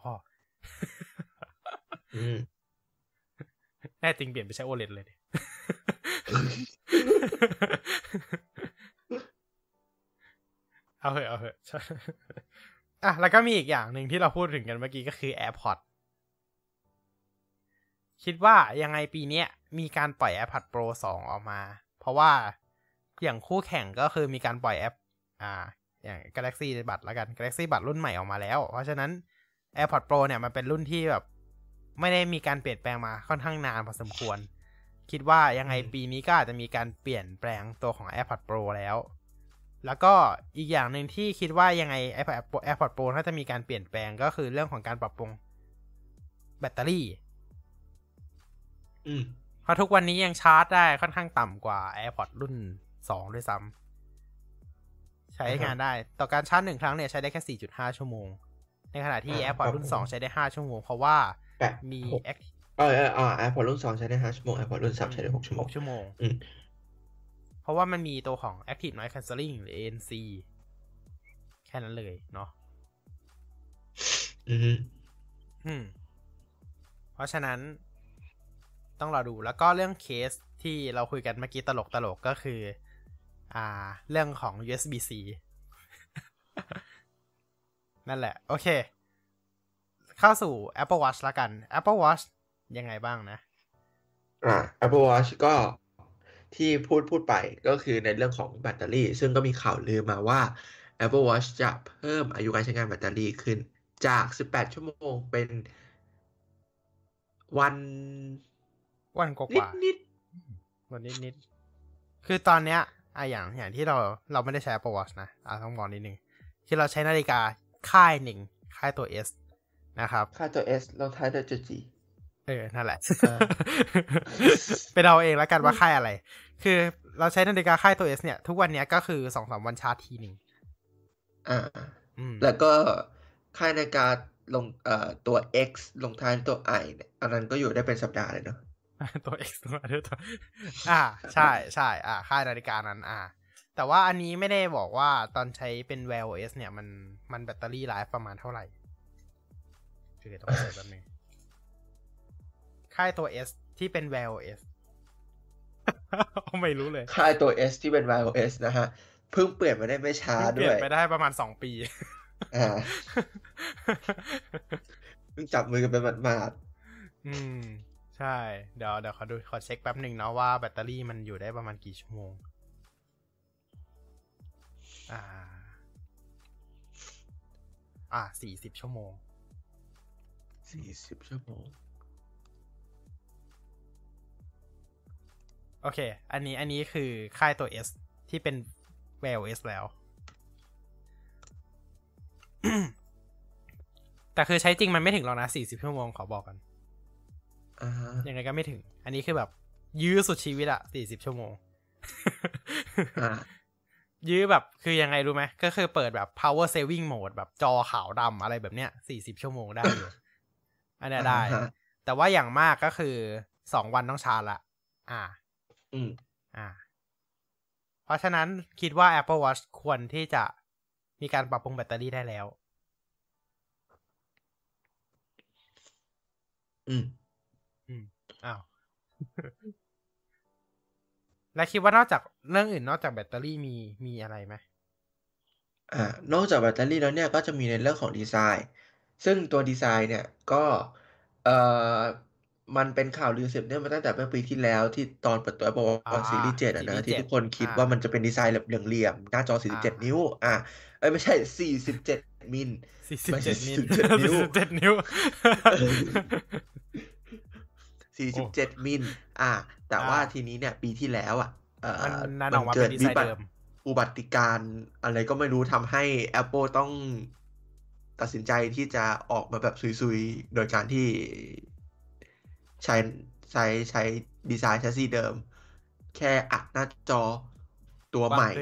แน่จริงเปลี่ยนไปใช้ OLED เลย เอาเหอะแล้วก็มีอีกอย่างหนึ่งที่เราพูดถึงกันเมื่อกี้ก็คือ AirPods คิดว่ายังไงปีนี้มีการปล่อย AirPods Pro 2 ออกมาเพราะว่าอย่างคู่แข่งก็คือมีการปล่อยแอปอย่าง Galaxy Buds ละกัน Galaxy Buds รุ่นใหม่ออกมาแล้วเพราะฉะนั้น AirPods Pro เนี่ยมันเป็นรุ่นที่แบบไม่ได้มีการเปลี่ยนแปลงมาค่อนข้างนานพอสมควรคิดว่ายังไงปีนี้ก็อาจจะมีการเปลี่ยนแปลงตัวของ AirPods Pro แล้วก็อีกอย่างหนึ่งที่คิดว่ายังไง AirPods Pro ถ้าจะมีการเปลี่ยนแปลงก็คือเรื่องของการปรับปรุงแบตเตอรี่เพราะทุกวันนี้ยังชาร์จได้ค่อนข้างต่ำกว่า AirPods รุ่น2ด้วยซ้ำใช้งานได้ต่อการชาร์จ1ครั้งเนี่ยใช้ได้แค่ 4.5 ชั่วโมงในขณะที่ AirPods รุ่น2ใช้ได้5ชั่วโมงเพราะว่ามี AirPods รุ่น2ใช้ได้5ชั่วโมง AirPods รุ่น3ใช้ได้6ชั่วโมงเพราะว่ามันมีตัวของ Active Noise Cancelling หรือ ANC แค่นั้นเลยเนาะเพราะฉะนั้นต้องรอดูแล้วก็เรื่องเคสที่เราคุยกันเมื่อกี้ตลกก็คือเรื่องของ USB-C นั่นแหละโอเคเข้าสู่ Apple Watch ละกัน Apple Watch ยังไงบ้างนะ Apple Watch ก็ที่พูดไปก็คือในเรื่องของแบตเตอรี่ซึ่งก็มีข่าวลือมาว่า Apple Watch จะเพิ่มอายุการใช้งานแบตเตอรี่ขึ้นจาก18ชั่วโมงเป็นวันวันกว่านิดวันนิดคือตอนเนี้ยอย่างที่เราไม่ได้ใช้ Apple Watch นะต้องบอกนิดนึงคือเราใช้นาฬิกาค่ายหนึ่งค่ายตัว S นะครับค่ายตัว S ลงท้ายด้วยจุด G นั่นแหละไปเดาเองแล้วกันว่าค่ายอะไรคือเราใช้นาฬิกาค่ายตัว S เนี่ยทุกวันนี้ก็คือ 2-3 วันชาร์จทีนึงแล้วก็ค่ายนาฬิกาลงตัว X ลงท้ายตัว I เนี่ยอันนั้นก็อยู่ได้เป็นสัปดาห์เลยเนาะตัว X ตัวใช่ค่ายนาฬิกานั้นแต่ว่าอันนี้ไม่ได้บอกว่าตอนใช้เป็น Wear OS เนี่ยมันแบตเตอรี่ไลฟ์ประมาณเท่าไหร่คือต้องเสิร์ชแป๊บนึงค่ายตัว S ที่เป็น Wear OS ไม่รู้เลยค่ายตัว S ที่เป็น Wear OS นะฮะเพิ่งเปลี่ยนมาได้ไม่ช้าด้วยเปลี่ยนไปได้ประมาณ2 ปีเพิ่งจับมือกันไปหมาดใช่เดี๋ยวขอเช็คแป๊บหนึ่งนะว่าแบตเตอรี่มันอยู่ได้ประมาณกี่ชั่วโมง40 ชั่วโมง 40 ชั่วโมงโอเคอันนี้คือค่ายตัว S ที่เป็น Wear OS แล้ว แต่คือใช้จริงมันไม่ถึงหรอกนะ40 ชั่วโมงขอบอกกันยังไงก็ไม่ถึงอันนี้คือแบบยื้อสุดชีวิตอะ40 ชั่วโมงยื้อแบบคือยังไงรู้ไหมก็คือเปิดแบบ power saving mode แบบจอขาวดำอะไรแบบเนี้ย40 ชั่วโมงได้อยู่อันนี้ได้แต่ว่าอย่างมากก็คือ2 วันต้องชาร์จละเพราะฉะนั้นคิดว่า Apple Watch ควรที่จะมีการปรับปรุงแบตเตอรี่ได้แล้วอ้าวแล้วคิดว่านอกจากเรื่องอื่นนอกจากแบตเตอรี่มีอะไรไหมนอกจากแบตเตอรี่แล้วเนี่ยก็จะมีในเรื่องของดีไซน์ซึ่งตัวดีไซน์เนี่ยก็มันเป็นข่าวลือสืบเนื่องมาตั้งแต่เมื่อปีที่แล้วที่ตอนเปิดตัว Apple Watch Series 7นะที่ทุกคนคิดว่ามันจะเป็นดีไซน์แบบเหลี่ยมๆหน้าจอ47 นิ้วไม่ใช่47 มิล 47 นิ้ว 47 มิลแต่ว่าทีนี้เนี่ยปีที่แล้วมันเกิดอุบัติการณ์อะไรก็ไม่รู้ทำให้ Apple ต้องตัดสินใจที่จะออกมาแบบซุยๆโดยการที่ใช้ดีไซน์แชสซีเดิมแค่อัดหน้าจอตัวใหม่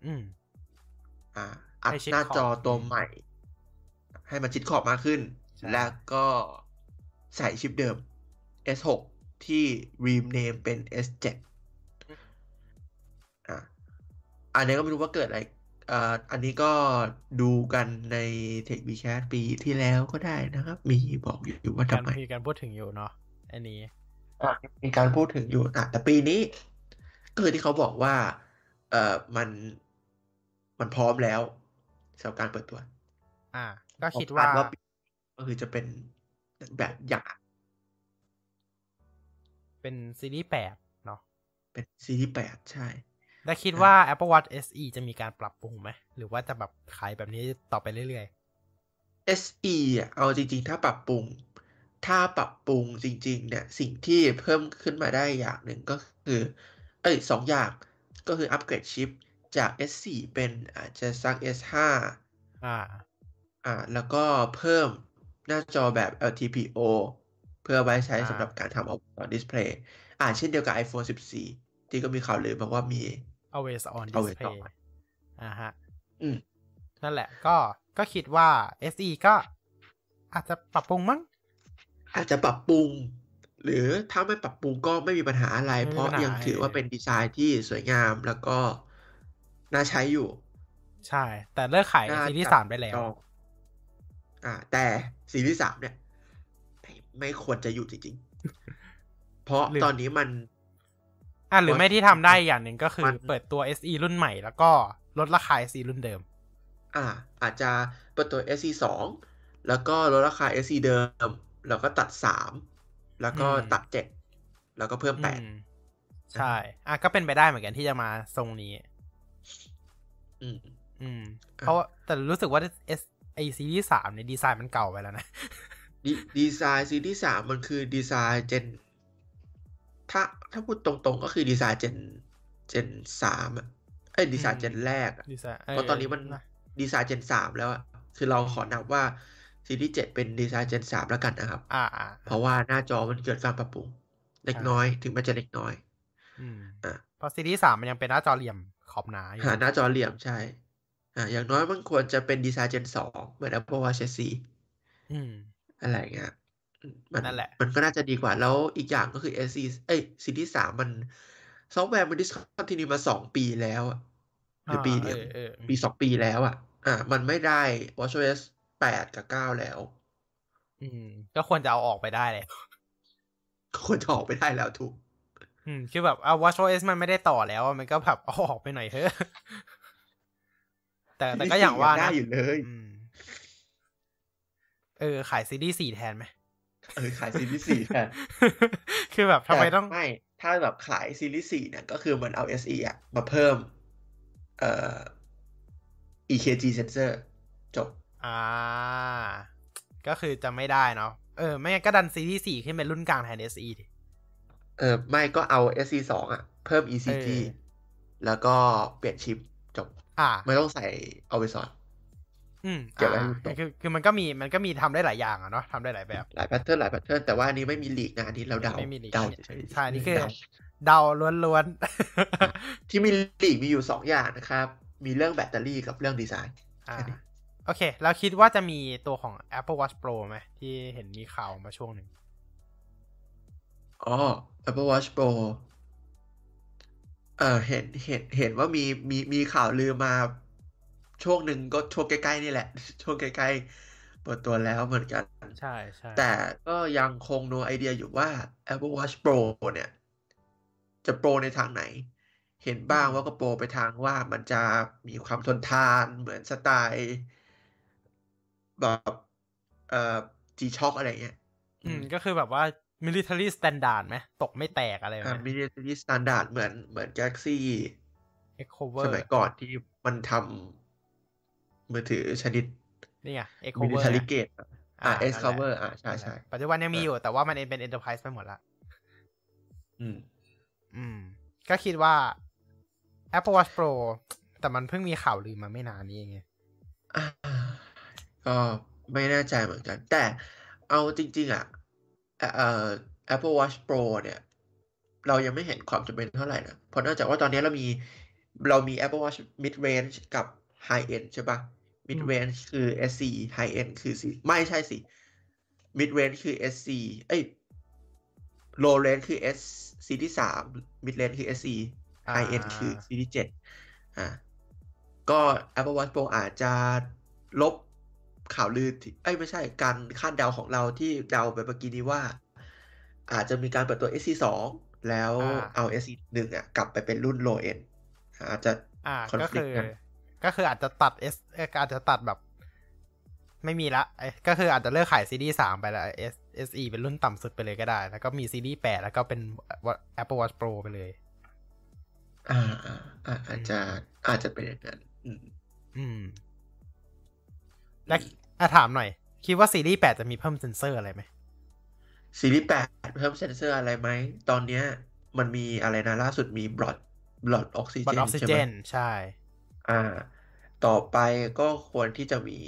อัดหน้าจอตัวใหม่ให้มันชิดขอบมากขึ้นแล้วก็ใส่ชิปเดิม S6 ที่ rename เป็น S7 อันนี้ก็ไม่รู้ว่าเกิดอะไรอันนี้ก็ดูกันใน Tech Vcast ปีที่แล้วก็ได้นะครับมีบอกอยู่ว่าทำไมมีการพูดถึงอยู่เนาะอันนี้มีการพูดถึงอยู่แต่ปีนี้ก็คือที่เขาบอกว่ามันพร้อมแล้วสำหรับการเปิดตัวก็คิดว่าก็คือจะเป็นแบบอย่างเป็นซีรีส์8เนาะเป็นซีรีส์8ใช่แล้วคิดว่า Apple Watch SE จะมีการปรับปรุงไหมหรือว่าจะแบบขายแบบนี้ต่อไปเรื่อยๆ SE เอาจริงๆถ้าปรับปรุงจริงๆเนี่ยสิ่งที่เพิ่มขึ้นมาได้อย่างหนึ่งก็คือ2 อย่างก็คืออัปเกรดชิปจาก S4 เป็นอาจจะสัก S5 แล้วก็เพิ่มหน้าจอแบบ LTPO เพื่อไว้ใช้สำหรับการทำ Always On Display เช่นเดียวกับ iPhone 14 ที่ก็มีข่าวลือบอกว่ามี Always On Display นั่นแหละก็คิดว่า SE ก็อาจจะปรับปรุงมั้งอาจจะปรับปรุงหรือถ้าไม่ปรับปรุงก็ไม่มีปัญหาอะไรเพราะยังถือว่าเป็นดีไซน์ที่สวยงามแล้วก็น่าใช้อยู่ใช่แต่เลิกขายซีรีส์3ได้แล้วแต่ซีรีส์3เนี่ยไม่ควรจะอยู่จริงๆเพราะตอนนี้มันหรือไม่ที่ทำได้อย่างหนึ่งก็คือเปิดตัว SE รุ่นใหม่แล้วก็ลดราคา SE รุ่นเดิมอาจจะเปิดตัว SE 2แล้วก็ลดราคา SE เดิมแล้วก็ตัด3แล้วก็ตัด7แล้วก็เพิ่ม8 ใช่ก็เป็นไปได้เหมือนกันที่จะมาทรงนี้เพราะแต่รู้สึกว่าซีรีส์3เนี่ยดีไซน์มันเก่าไปแล้วนะดีไซน์ซีรีส์3มันคือดีไซน์เจนถ้ถ้าพูดตรงๆก็คือดีไซน์เจน3อ่ะดีไซน์เจนแรกเพราะตอนนี้มันดีไซน์เจน3แล้วอ่ะคือเราขอนับว่าซีรีส์7เป็นดีไซน์เจน3แล้วกันนะครับเพราะว่าหน้าจอมันเกิดการปรับปรุงเล็กน้อยถึงมันจะเล็กน้อยเพราะซีรีส์3มันยังเป็นหน้าจอเหลี่ยมขอบหนาอยู่หน้าจอเหลี่ยมใช่อย่างน้อยมันควรจะเป็นดีไซน์เจน2เหมือน Apple Watch SE อะไรเงี้ยนั่นแหละมันก็น่าจะดีกว่าแล้วอีกอย่างก็คือ SE ซีรีส์3มันซอฟต์แวร์มันดิสคอนทินิวมา2 ปีแล้วหรือปีเดียวปี2 ปีแล้วมันไม่ได้ watchOS 8 กับ 9แล้วก็ควรจะเอาออกไปได้เลยควรจะออกไปได้แล้วถูกคือแบบwatchOS มันไม่ได้ต่อแล้วมันก็แบบเอาออกไปหน่อยเถอะแต่ก็อย่างว่านะได้อยู่เลยขายซีรีส์4แทนไหมขายซีรีส์4แทนคือแบบทำไมต้องไม่ถ้าแบบขายซีรีส์4เนี่ยก็คือมันเอา SE มาเพิ่มEKG sensor จบก็คือจะไม่ได้เนาะไม่งั้นก็ดันซีรีส์4ขึ้นเป็นรุ่นกลางแทน SE ดิไม่ก็เอา SE 2เพิ่ม ECG แล้วก็เปลี่ยนชิปจบไม่ต้องใส่ Always On เก็บไว้คือมันก็มีทำได้หลายอย่างเนาะทำได้หลายแบบหลายแพทเทิร์นแต่ว่าอันนี้ไม่มีลีกนะอันนี้เราเดาใช่นี่คือเดาล้วนๆที่มีลีกมีอยู่2อย่างนะครับมีเรื่องแบตเตอรี่กับเรื่องดีไซน์โอเคแล้วคิดว่าจะมีตัวของ Apple Watch Pro ไหมที่เห็นมีข่าวมาช่วงหนึ่ง Apple Watch Pro เห็นว่ามีข่าวลือมาช่วงหนึ่งก็ช่วงใกล้ๆนี่แหละช่วงใกล้ๆเปิดตัวแล้วเหมือนกันใช่แต่ก็ยังคง no idea อยู่ว่า Apple Watch Pro เนี่ยจะโปรในทางไหนเห็นบ้างว่าก็โปรไปทางว่ามันจะมีความทนทานเหมือนสไตล์แบบG-Shock อะไรเงี้ยก็คือแบบว่า military standard ไหมตกไม่แตกอะไรแบบนี้ military standard เหมือน Galaxy X-Cover สมัยก่อนที่มันทำมือถือชนิดนี่ไง X-Cover military grade X-Cover ใช่ปัจจุบันยังมีอยู่แต่ว่ามันเป็น Enterprise ไปหมดละก็คิดว่า Apple Watch Pro แต่มันเพิ่งมีข่าวลือมาไม่นานนี้เองก็ไม่แน่ใจเหมือนกันแต่เอาจริงๆApple Watch Pro เนี่ยเรายังไม่เห็นความจำเป็นเท่าไหร่นะเพราะเนื่องจากว่าตอนนี้เรามี Apple Watch Mid Range กับ High End ใช่ปะ Mid Range คือ SC High End คือไม่ใช่สิ Mid Range คือ SC Low Range คือ S Series 3 Mid Range คือ SC High End คือ Series 7ก็ Apple Watch Pro อาจจะลบข่าวลือไม่ใช่การคาดเดาของเราที่เดาไปเมื่อกี้นี้ว่าอาจจะมีการเปิดตัว SC 2แล้วเอา SC 1กลับไปเป็นรุ่น low end อาจจะ conflict กันก็คืออาจจะตัดอาจจะตัดแบบไม่มีละก็คืออาจจะเลิกขายซีรีส์3ไปแล้ว SE เป็นรุ่นต่ำสุดไปเลยก็ได้แล้วก็มีซีรีส์8แล้วก็เป็น Apple Watch Pro ไปเลยอาจจะเป็นอย่างนั้นและถามหน่อยคิดว่าซีรีส์8จะมีเพิ่มเซ็นเซอร์อะไรไหมซีรีส์8เพิ่มเซ็นเซอร์อะไรไหมตอนนี้มันมีอะไรนะล่าสุดมีบลอดออกซิเจนใช่ต่อไปก็ควรที่จะมี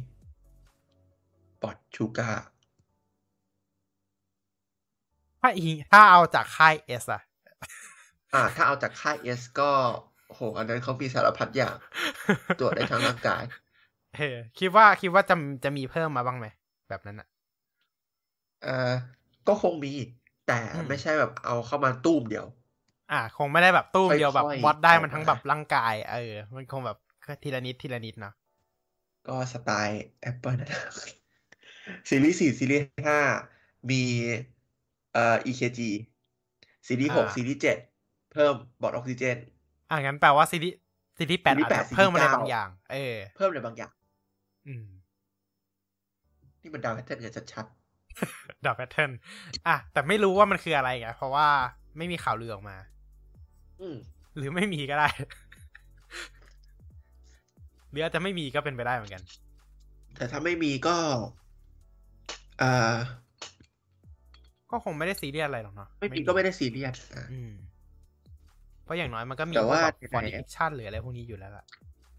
บอทชูการ์ถ้าเอาจากค่าย S ถ้าเอาจากค่าย S ก็โหอันนั้นเขามีสารพัดอย่างตรวจได้ทั้งร่างกายคิดว่าจะมีเพิ่มมาบ้างไหมแบบนั้นก็คงมีแต่ไม่ใช่แบบเอาเข้ามาตู้มเดียวคงไม่ได้แบบตู้มเดียวแบบวัดได้มันทั้งแบบร่างกายมันคงแบบทีละนิดเนาะก็สไตล์ Apple นะซีรีส์4ซีรีส์5มีEKG ซีรีส์6ซีรีส์7เพิ่มบอร์ดออกซิเจนงั้นแปลว่าซีรีส์8อาจจะเพิ่มอะไรบางอย่างเพิ่มอะไรบางอย่างนี่มันดาวแพทเทิร์นกันชัดๆดาวแพทเทิร์นแต่ไม่รู้ว่ามันคืออะไรไงเพราะว่าไม่มีข่าวลือออกมาหรือไม่มีก็ได้หรืออาจจะไม่มีก็เป็นไปได้เหมือนกันแต่ถ้าไม่มีก็ก็คงไม่ได้ซีเรียสอะไรหรอกเนาะไม่มีก็ไม่ได้ซีเรียสเพราะอย่างน้อยมันก็มีแบบฟอนต์ฟิกชั่นหรืออะไรพวกนี้อยู่แล้วล่ะ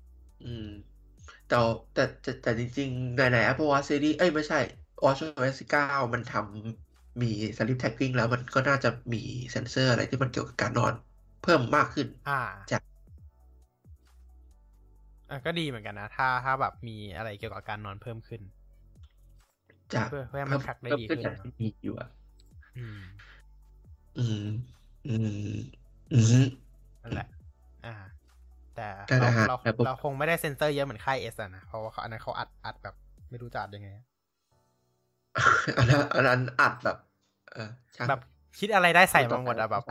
แต่จริงๆใน Apple Watch Series ไม่ใช่ WatchOS 9 มันมี Sleep Tracking แล้วมันก็น่าจะมีเซ็นเซอร์อะไรที่มันเกี่ยวกับการนอนเพิ่มมากขึ้นจากก็ดีเหมือนกันนะถ้าแบบมีอะไรเกี่ยวกับการนอนเพิ่มขึ้นจากเพื่อให้มันแทร็กได้ดีขึ้นจากที่มีอยู่นั่นแหละแต่เราคงไม่ได้เซ็นเซอร์เยอะเหมือนค่าย S อ่ะนะเพราะว่าอันนั้นเขาอัดแบบไม่รู้จะอัดยังไงอันนั้นอัดแบบแบบคิดอะไรได้ใส่มาหมดอะแบบ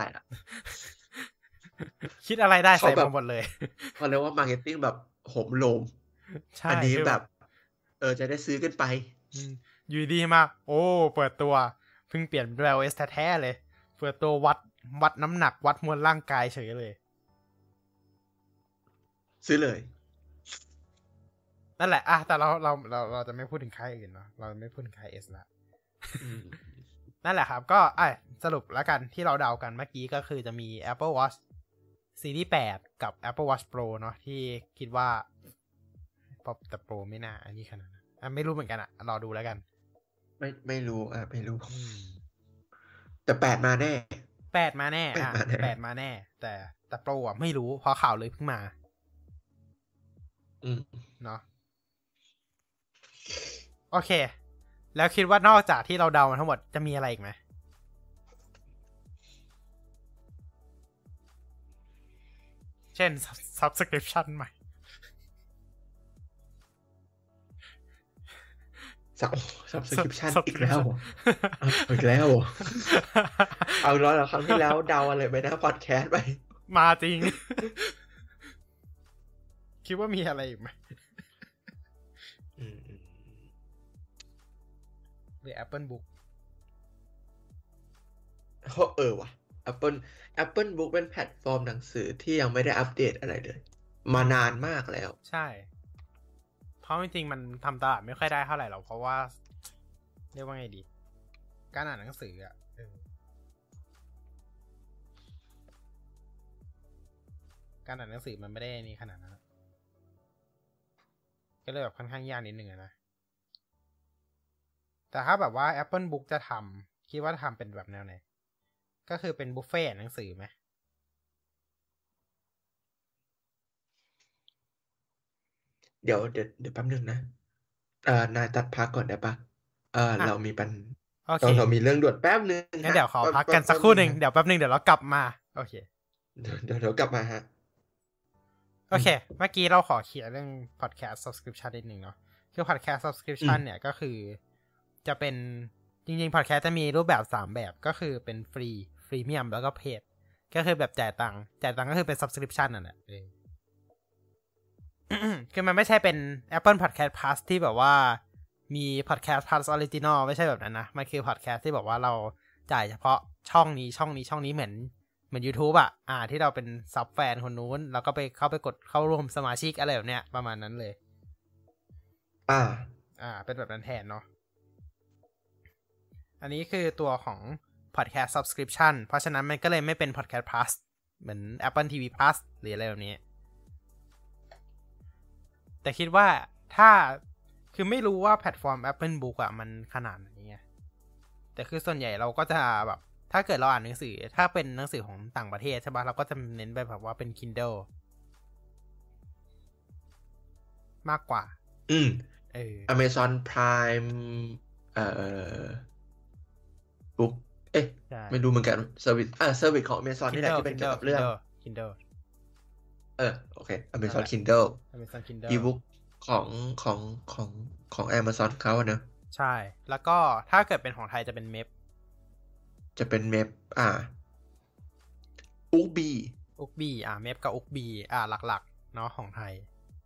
คิดอะไรได้ใส่มาหมดเลยเขาเรียกว่ามาร์เก็ตติ้งแบบโหมโลมอันนี้แบบจะได้ซื้อกันไปอยู่ดีมาโอ้เปิดตัวเพิ่งเปลี่ยน iOS แท้ๆเลยเปิดตัววัดน้ำหนักวัดมวลร่างกายเฉยเลยซื้อเลยนั่นแหละแต่เราจะไม่พูดถึงค่ายอื่นเนาะเราไม่พูดถึงค่าย S ละนั่นแหละครับก็สรุปแล้วกันที่เราเดากันเมื่อกี้ก็คือจะมี Apple Watch Series 8 กับ Apple Watch Pro เนาะที่คิดว่าแต่ Pro ไม่น่าอันนี้ขนาดนั้นไม่รู้เหมือนกันรอดูแล้วกันไม่รู้ไม่รู้แต่8มาแน่ 8มาแน่8มาแน่แต่ Pro ไม่รู้เพราะข่าวเลยเพิ่งมาเนาะโอเคแล้วคิดว่านอกจากที่เราเดามาทั้งหมดจะมีอะไรอีกไหมเช่น subscription ใหม่ subscription อีกแล้วเอาร้อยแล้วครั้งที่แล้วเดาอะไรไปนะพอดแคสต์ไปมาจริงคิดว่ามีอะไรอีกไหมหรือ Apple Book ว่ะ Apple Book เป็นแพลตฟอร์มหนังสือที่ยังไม่ได้อัปเดตอะไรเลยมานานมากแล้วใช่เพราะจริงๆมันทำตลาดไม่ค่อยได้เท่าไหร่หรอกเพราะว่าเรียกว่าไงดีการอ่านหนังสือการอ่านหนังสือมันไม่ได้นี่ขนาดนั้นก็เลยแบบค่อนข้างยากนิดนึงนะแต่ถ้าแบบว่า Apple Book จะทำคิดว่าทำเป็นแบบแนวไหนก็คือเป็นบุฟเฟ่ต์หนังสือไหมเดี๋ยวแป๊บนึงนะนายตัดพักก่อนได้ปะเรามีเรามีเรื่องด่วนแป๊บนึงงั้นเดี๋ยวขอพักกันสักครู่นึงเดี๋ยวแป๊บนึงเดี๋ยวเรากลับมาโอเคเดี๋ยวกลับมาฮะโอเคเมื่อกี้เราขอเคลียร์เรื่อง podcast subscription นิดนึงเนาะคือ podcast subscription เนี่ยก็คือจะเป็นจริงๆ podcast จะมีรูปแบบ3แบบก็คือเป็นฟรีเมียมแล้วก็เพจก็คือแบบจ่ายตังค์ก็คือเป็น subscription นั่นแหละคือมันไม่ใช่เป็น Apple Podcast Plus ที่แบบว่ามี Podcast Plus Original ไม่ใช่แบบนั้นนะมันคือ podcast ที่บอกว่าเราจ่ายเฉพาะช่องนี้เหมือน YouTube ที่เราเป็นซับแฟนคนนู้นแล้วก็เข้าไปกดเข้าร่วมสมาชิกอะไรแบบเนี้ยประมาณนั้นเลยเป็นแบบนั้นแทนเนาะอันนี้คือตัวของ podcast subscription เพราะฉะนั้นมันก็เลยไม่เป็น podcast plus เหมือน Apple TV Plus หรืออะไรแบบนี้แต่คิดว่าถ้าคือไม่รู้ว่าแพลตฟอร์ม Apple Book มันขนาดไหนไงแต่คือส่วนใหญ่เราก็จะแบบถ้าเกิดเราอ่านหนังสือถ้าเป็นหนังสือของต่างประเทศใช่ป่ะเราก็จะเน้นแบบว่าเป็น Kindle มากกว่า Amazon Prime Book ไม่รู้เหมือนกันเซอร์วิสของ Amazon นี่แหละที่เป็นเกี่ยวกับเรื่อง Kindle โอเค Amazon Kindle e-book ของ Amazon เขาเนอะใช่แล้วก็ถ้าเกิดเป็นของไทยจะเป็นเมพอุกบีเมพกับอุกบีหลักๆเนาะของไทย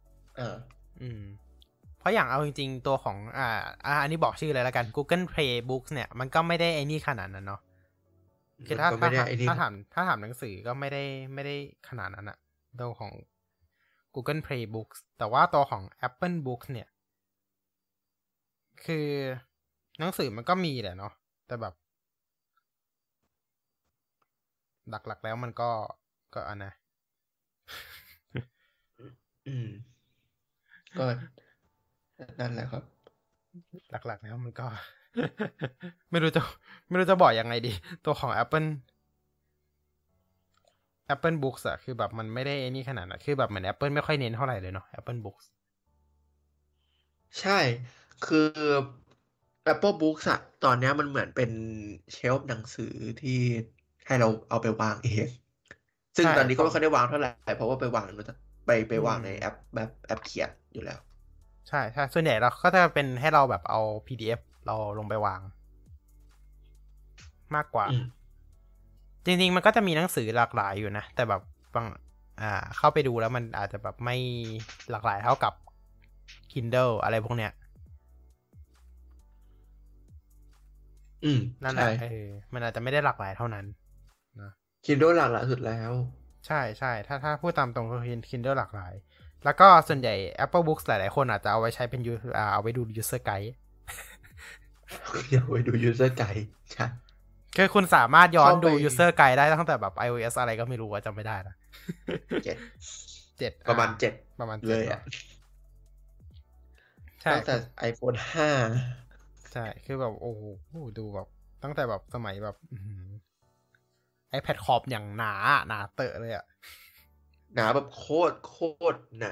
เพราะอย่างเอาจริงๆตัวของอันนี้บอกชื่อเลยแล้วกัน Google Play Books เนี่ยมันก็ไม่ได้ไอ้นี่ขนาดนั้นเนาะคือถ้าถามหนังสือก็ไม่ได้ขนาดนั้นตัวของ Google Play Books แต่ว่าตัวของ Apple Books เนี่ยคือหนังสือมันก็มีแหละเนาะแต่แบบหลักๆแล้วมันก็อันนะก็นั่นแหละครับหลักๆแล้วมันก็ ไม่รู้จะบอกยังไงดีตัวของ Apple Books อะคือแบบมันไม่ได้นี่ขนาดนั้นคือแบบเหมือน Apple ไม่ค่อยเน้นเท่าไหร่เลยเนาะ Apple Books ใช่คือ Apple Books อะตอนนี้มันเหมือนเป็นเชลฟ์หนังสือที่ให้เราเอาไปวางเองซึ่งตอนนี้ก็ไม่ค่อยได้วางเท่าไหร่เพราะว่าไปวางไปวางในแอปแบบแอปเขียนอยู่แล้วใช่ส่วนใหญ่เราก็จะเป็นให้เราแบบเอา PDF เราลงไปวางมากกว่าจริงๆมันก็จะมีหนังสือหลากหลายอยู่นะแต่แบบบางเข้าไปดูแล้วมันอาจจะแบบไม่หลากหลายเท่ากับ Kindle อะไรพวกเนี้ยนั่นแหละมันอาจจะไม่ได้หลากหลายเท่านั้นนะ Kindle หลากหลายสุดแล้วใช่ถ้าพูดตามตรงคือ Kindle หลากหลายแล้วก็ส่วนใหญ่ Apple Books หลายๆคนอาจจะเอาไว้ใช้เป็นเอาไว้ดู user guide อยากไปดู user guide ใช่คือคุณสามารถย้อนดู user guide ได้ตั้งแต่แบบ iOS อะไรก็ไม่รู้ว่าจำไม่ได้นะ7 ประมาณ7เลยอ่ะใช่ตั้งแต่ iPhone 5 ใช่คือแบบโอ้โหดูแบบตั้งแต่แบบสมัยแบบiPad ขอบอย่างหนาเตอะเลยอ่ะหนาแบบโคตรหนา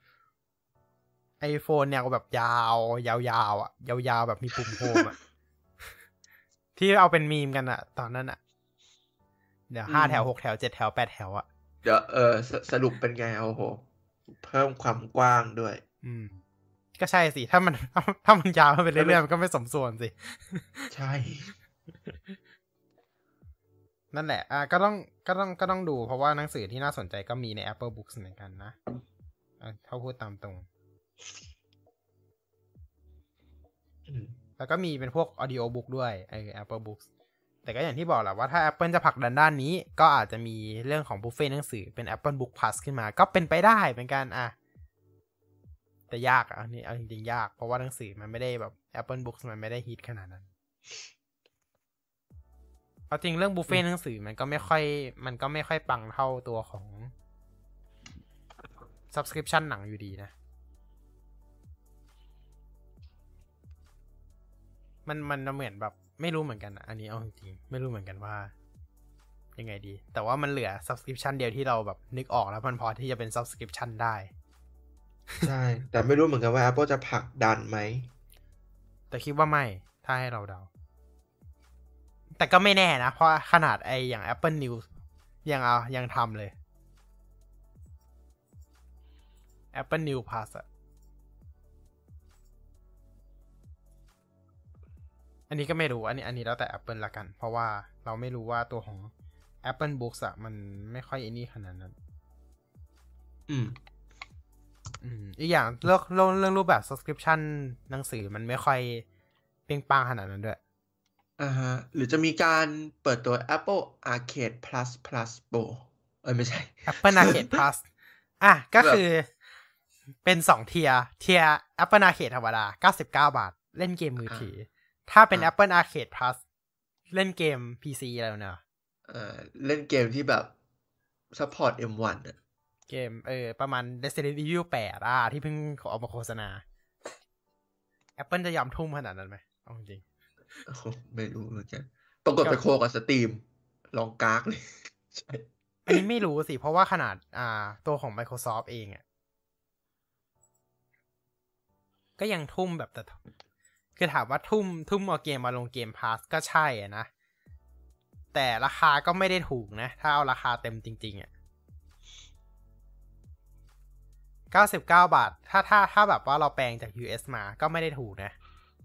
iPhone เนี่ยก็แบบยาวอ่ะยาวแบบมีปุ่มโฮมอ่ะที่เอาเป็นมีมกันอ่ะตอนนั้นอ่ะเดี๋ยว5 แถว 6 แถว 7 แถว 8 แถวอ่ะเดี๋ยวสรุปเป็นไงโอ้โหเพิ่มความกว้างด้วยก็ใช่สิถ้ามันยาวไปเรื่อยๆมันก็ไม่สมส่วนสิใช่นั่นแหละก็ต้องดูเพราะว่าหนังสือที่น่าสนใจก็มีใน Apple Books เหมือนกันนะถ้าพูดตามตรงแล้วก็มีเป็นพวก audio book ด้วยApple Books แต่ก็อย่างที่บอกแหละว่าถ้า Apple จะผลักดันด้านนี้ก็อาจจะมีเรื่องของบุฟเฟ่ต์หนังสือเป็น Apple Book Plus ขึ้นมาก็เป็นไปได้เหมือนกันแต่ยากอันนี้เอาจริงๆยากเพราะว่าหนังสือมันไม่ได้แบบ Apple Books มันไม่ได้ฮิตขนาดนั้นเอาจริงเรื่องบุฟเฟ่ต์หนังสือมันก็ไม่ค่อยปังเท่าตัวของ subscription หนังอยู่ดีนะมันเหมือนแบบไม่รู้เหมือนกันอันนี้เอาจริงๆไม่รู้เหมือนกันว่ายังไงดีแต่ว่ามันเหลือ subscription เดียวที่เราแบบนึกออกแล้วมันพอที่จะเป็น subscription ได้ใช่แต่ไม่รู้เหมือนกันว่า Apple จะผลักดันไหมแต่คิดว่าไม่ถ้าให้เราเดาแต่ก็ไม่แน่นะเพราะขนาดอย่าง Apple News ยังทำเลย Apple News Plus อันนี้ก็ไม่รู้อันนี้แล้วแต่ Apple ละกันเพราะว่าเราไม่รู้ว่าตัวของ Apple Books มันไม่ค่อยนี่ขนาดนั้นอีกอย่างเรื่องรูปแบบ subscription หนังสือมันไม่ค่อยเปรี้ยงป้างขนาดนั้นด้วยหรือจะมีการเปิดตัว Apple Arcade Plus Pro ไม่ใช่ Apple Arcade Plus ก็คือเป็น2เทียร์ Apple Arcade ธรรมดา99 บาทเล่นเกมมือถือถ้าเป็น Apple Arcade Plus เล่นเกม PC อะไรเนี่ยเล่นเกมที่แบบ support M1 เกมประมาณ Resident Evil 8ที่เพิ่งออกมาโฆษณา Apple จะยอมทุ่มขนาดนั้นไหมเอาจริงไม่รู้เหมือนกันปรากฏไปโคกับ Steam ลองกากเลยใช่อันนี้ไม่รู้สิเพราะว่าขนาดตัวของ Microsoft เองก็ยังทุ่มแบบแต่คือถามว่าทุ่มเอาเกมมาลงเกมพาสก็ใช่นะแต่ราคาก็ไม่ได้ถูกนะถ้าเอาราคาเต็มจริงๆ99 บาทถ้าแบบว่าเราแปลงจาก US มาก็ไม่ได้ถูกนะ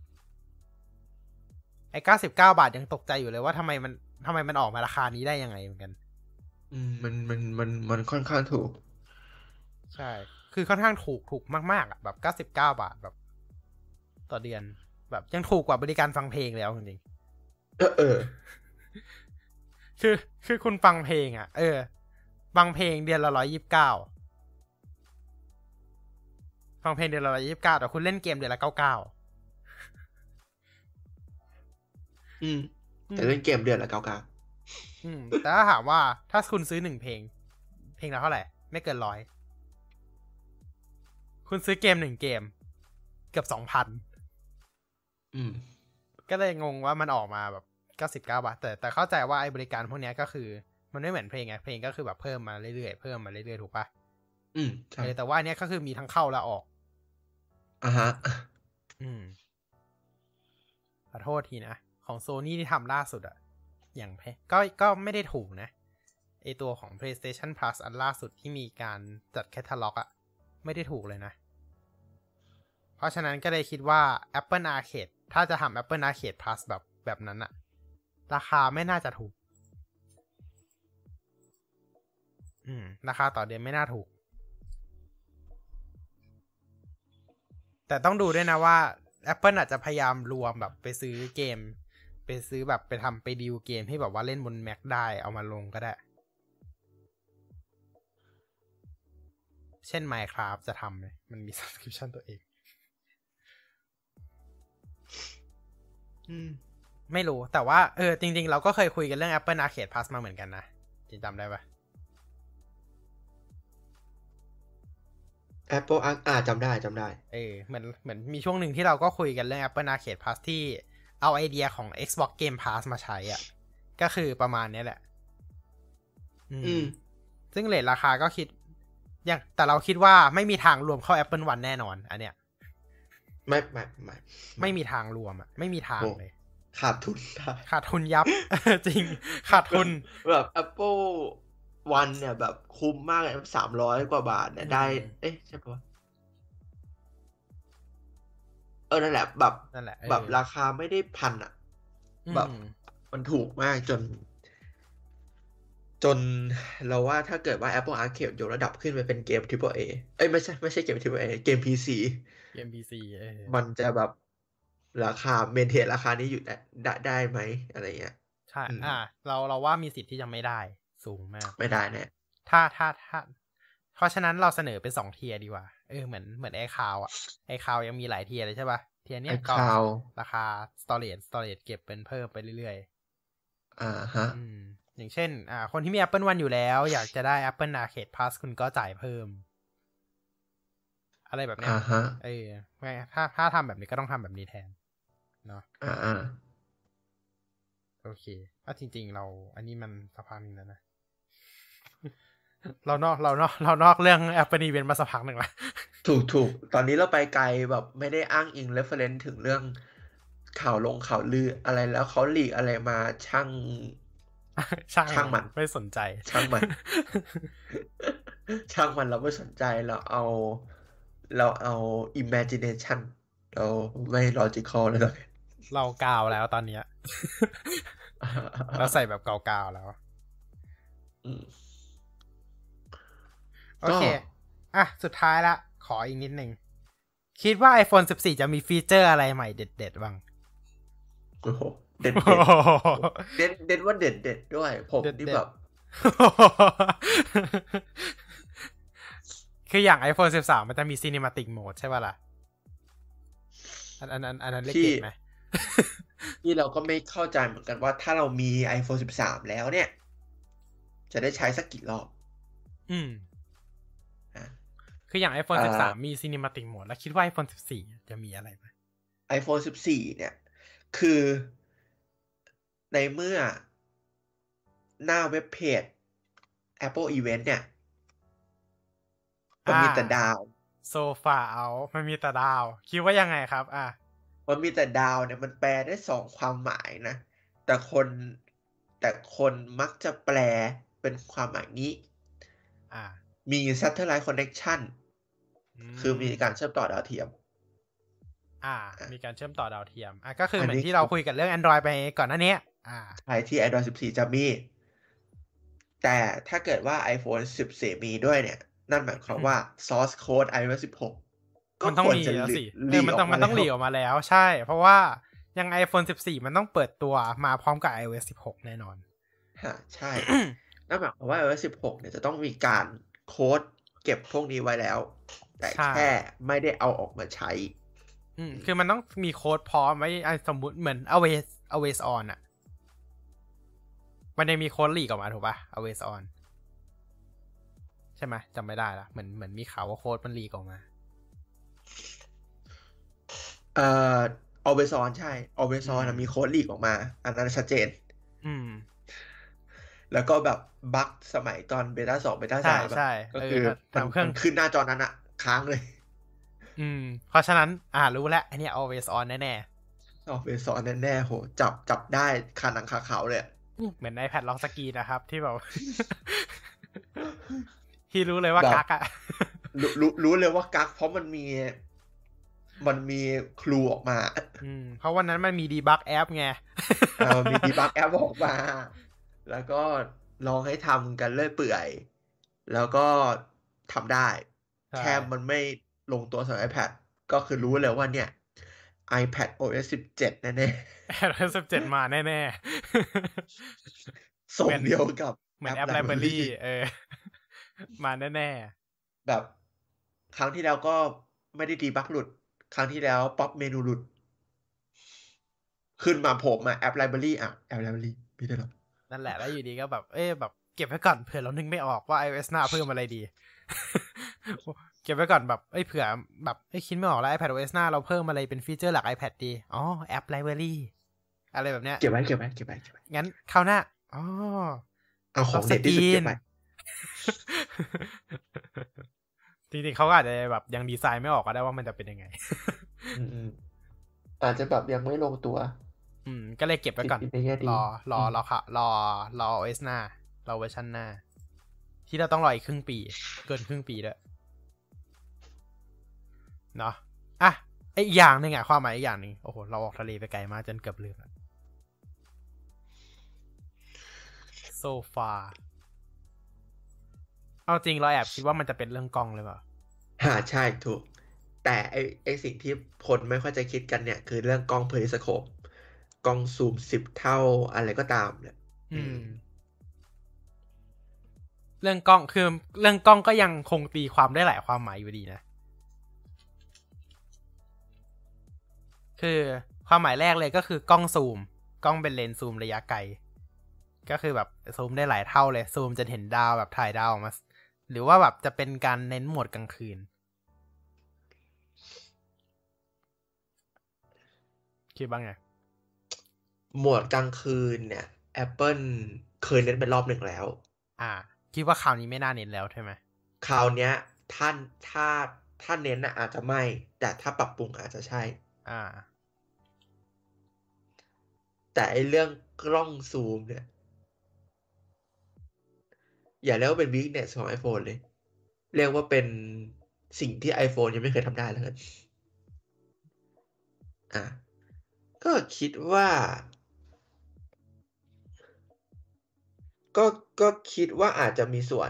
99 บาทยังตกใจอยู่เลยว่าทำไมมันออกมาราคานี้ได้ยังไงเหมือนกันมันค่อนข้างถูกใช่คือค่อนข้างถูกมากๆแบบ99 บาทแบบต่อเดือนแบบยังถูกกว่าบริการฟังเพลงแล้วจริงๆคือคุณฟังเพลงฟังเพลงเดือนละ129ฟังเพลงเดือนละ129แต่คุณเล่นเกมเดือนละ99 แต่เล่นเกมเดือนละ99 แต่ถ้าถามว่าถ้าคุณซื้อ1เพลงละเท่าไหร่ไม่เกิน100คุณซื้อเกม1เกมเกือบ 2,000 ก็เลยงงว่ามันออกมาแบบ99 บาทแต่เข้าใจว่าไอ้บริการพวกนี้ก็คือมันไม่เหมือนเพลงไงเพลงก็คือแบบเพิ่มมาเรื่อยๆเพิ่มมาเรื่อยๆถูกปะใช่แต่ว่าอันนี้ก็คือมีทั้งเข้าและออกฮะขอโทษทีนะของ Sony ที่ทำล่าสุดอะอย่างก็ไม่ได้ถูกนะไอตัวของ PlayStation Plus อันล่าสุดที่มีการจัดแคตตาล็อกอะไม่ได้ถูกเลยนะเพราะฉะนั้นก็เลยคิดว่า Apple Arcade ถ้าจะทำ Apple Arcade Plus แบบนั้นอะราคาไม่น่าจะถูกราคาต่อเดือนไม่น่าถูกแต่ต้องดูด้วยนะว่า Apple อาจจะพยายามรวมแบบไปซื้อเกมไปซื้อแบบไปดีลเกมให้แบบว่าเล่นบน Mac ได้เอามาลงก็ได้เช่น Minecraft จะทำเลยมันมี subscription ตัวเองไม่รู้แต่ว่าจริงๆเราก็เคยคุยกันเรื่อง Apple Arcade Plus มาเหมือนกันนะจำได้ปะ Apple จำได้เหมือนมีช่วงหนึ่งที่เราก็คุยกันเรื่อง Apple Arcade Plus ที่เอาไอเดียของ Xbox Game Pass มาใช้อ่ะก็คือประมาณนี้แหละซึ่งเรทราคาก็คิดแต่เราคิดว่าไม่มีทางรวมเข้า Apple One แน่นอนอันเนี้ยไม่มีทางรวมอ่ะไม่มีทางเลยขาดทุนยับ จริงขาดทุนแบบ Apple One เนี่ยแบบคุ้มมากเลย300 กว่าบาทเนี่ยได้ใช่ปะนั่นแหละแบบราคาไม่ได้พันอ่ะแบบมันถูกมากจนเราว่าถ้าเกิดว่า Apple Arcade ยกระดับขึ้นไปเป็นเกม Triple A ไม่ใช่เกม Triple A เกม PC มันจะแบบราคาเมนเทนราคานี้อยู่ได้ไหมอะไรเงี้ยใช่เราว่ามีสิทธิ์ที่จะไม่ได้สูงมากไม่ได้แน่ถ้าเพราะฉะนั้นเราเสนอเป็น2เทียร์ดีกว่าเหมือนไอ้คาวอ่ะไอ้คาวยังมีหลายเทียร์เลยใช่ป่ะเทียร์เนี้ยก็ราคา storage เก็บเป็นเพิ่มไปเรื่อยๆฮะอย่างเช่นคนที่มี Apple One อยู่แล้วอยากจะได้ Apple Arcade Plus คุณก็จ่ายเพิ่มอะไรแบบเนี้ยถ้าทำแบบนี้ก็ต้องทำแบบนี้แทนเนาะโอเคจริงๆเราอันนี้มันสักพักนึงแล้วนะเรานอกเรื่อง Apple Event มาสักพักนึงละถูกตอนนี้เราไปไกลแบบไม่ได้อ้างอิง reference ถึงเรื่องข่าวลืออะไรแล้วเขาลีกอะไรมาช่างมันไม่สนใจช่างมันเราไม่สนใจเราเอา imagination เราไม่ logical เลยเรากาวแล้วตอนนี้เราใส่แบบกาวแล้วโอเคสุดท้ายละขออีกนิดนึงคิดว่า iPhone 14จะมีฟีเจอร์อะไรใหม่เด็ดๆบ้างโอ้โหเด็ดว่าเด็ดด้วยผมนี่แบบคืออย่าง iPhone 13มันจะมี Cinematic Mode ใช่ป่ะล่ะอันนั้นเล็กๆไหมที่เราก็ไม่เข้าใจเหมือนกันว่าถ้าเรามี iPhone 13แล้วเนี่ยจะได้ใช้สักกี่รอบคืออย่าง iPhone 13มี Cinematic Mode แล้วคิดว่า iPhone 14จะมีอะไรไหม iPhone 14เนี่ยคือในเมื่อหน้าเว็บเพจ Apple Event เนี่ยมันมีแต่ดาวโซฟาเอามันมีแต่ดาวคิดว่ายังไงครับมันมีแต่ดาวเนี่ยมันแปลได้2ความหมายนะแต่คนมักจะแปลเป็นความหมายนี้มี Satellite Connection คือมีการเชื่อมต่อดาวเทียมมีการเชื่อมต่อดาวเทียมก็คือเหมือนที่เราคุยกันเรื่อง Android ไปก่อนหน้านี้ใช่ที่ Android 14จะมีแต่ถ้าเกิดว่า iPhone 14มีด้วยเนี่ยนั่นหมายความว่า source code iOS 16 ก็มันต้องมีแล้วสิมันต้องหลีกออกมาแล้วใช่เพราะว่ายัง iPhone 14มันต้องเปิดตัวมาพร้อมกับ iOS 16แน่นอนใช่ นั่นหมายความว่า iOS 16เนี่ยจะต้องมีการโค้ดเก็บพวกนี้ไว้แล้วแต่แค่ไม่ได้เอาออกมาใช้คือมันต้องมีโค้ดพร้อมไว้สมมุติเหมือน always on มันยังมีโค้ดลีกออกมาถูกป่ะ always on ใช่ไหมจำไม่ได้ละเหมือนมีข่าวว่าโค้ดมันลีกออกมาเอ่อ always on ใช่ always on มีโค้ดลีกออกมาอันนั้นชัดเจนแล้วก็แบบบั๊กสมัยตอนเบต้า2เบต้า3แบบก็คือมันขึ้นหน้าจอนั้นอะค้างเลยเพราะฉะนั้นรู้แล้วไอ้นี่ always on แน่ๆ always on แน่ๆโหจับได้คาหนังคาเขาเลยเหมือน iPad ล็อกสกรีนนะครับที่แบบที่รู้เลยว่ากักอะรู้เลยว่ากักเพราะมันมีครูออกมาเพราะวันนั้นมันมีดีบักแอปไงมีดีบักแอปออกมาแล้วก็ลองให้ทำกันเรื่อยเปื่อยแล้วก็ทำได้แค่มันไม่ลงตัวสำหรับ iPad ก็คือรู้เลยว่าเนี่ย iPad OS 17แน่ๆ OS 17มาแน่ๆส่งเดียวกับเหมือนแอป Library มาแน่ๆแบบครั้งที่แล้วก็ไม่ได้ดีบักหลุดครั้งที่แล้วป๊อปเมนูหลุดขึ้นมาผมแอป Library แอป Library ไม่ได้หรอนั่นแหละแล้วอยู่ดีก็แบบแบบเก็บไว้ก่อนเผื่อเรานึกไม่ออกว่า iOS หน้าเพิ่มอะไรดี เก็บไว้ก่อนแบบเผื่อแบบคิดไม่ออกแล้ว iPad OS หน้าเราเพิ่มอะไรเป็นฟีเจอร์หลัก iPad ดีแอป Library อะไรแบบเนี้ยเก็บไว้งั้นคราวหน้าเอาของเด็ดที่สุดเก็บไว้จริงๆเขาอาจจะแบบยังดีไซน์ไม่ออกก็ได้ว่ามันจะเป็นยังไงอาจจะแบบยังไม่ลงตัวก็เลยเก็บไว้ก่อนรอ OS หน้ารอเวอร์ชันหน้าที่เราต้องรออีกครึ่งปีเกินครึ่งปีด้วยเนาะอีกอย่างนึงความหมายอีกอย่างนึงโอ้โหเราออกทะเลไปไกลมากจนเกือบลืมแล้วโซฟาเอาจริงเราแอบคิดว่ามันจะเป็นเรื่องกล้องเลยเปล่าใช่ถูกแต่ไอสิ่งที่คนไม่ค่อยจะคิดกันเนี่ยคือเรื่องกล้องเพริสโคปกล้องซูม10 เท่าอะไรก็ตามเนี่ยเรื่องกล้องคือเรื่องกล้องก็ยังคงตีความได้หลายความหมายอยู่ดีนะคือความหมายแรกเลยก็คือกล้องซูมกล้องเป็นเลนส์ซูมระยะไกลก็คือแบบซูมได้หลายเท่าเลยซูมจนเห็นดาวแบบถ่ายดาวออกมาหรือว่าแบบจะเป็นการเน้นโหมดกลางคืนคิดบ้างไงโหมดกลางคืนเนี่ย Apple เคยเน้นเป็นรอบหนึ่งแล้วคิดว่าคราวนี้ไม่น่าเน้นแล้วใช่ไหมคราวเนี้ยถ้าเน้นอาจจะไม่แต่ถ้าปรับปรุงอาจจะใช่แต่ไอเรื่องกล้องซูมเนี่ยอย่าเรียกว่าเป็น weakness ของ iPhone เลยเรียกว่าเป็นสิ่งที่ iPhone ยังไม่เคยทำได้เลยก็คิดว่าก็คิดว่าอาจจะมีส่วน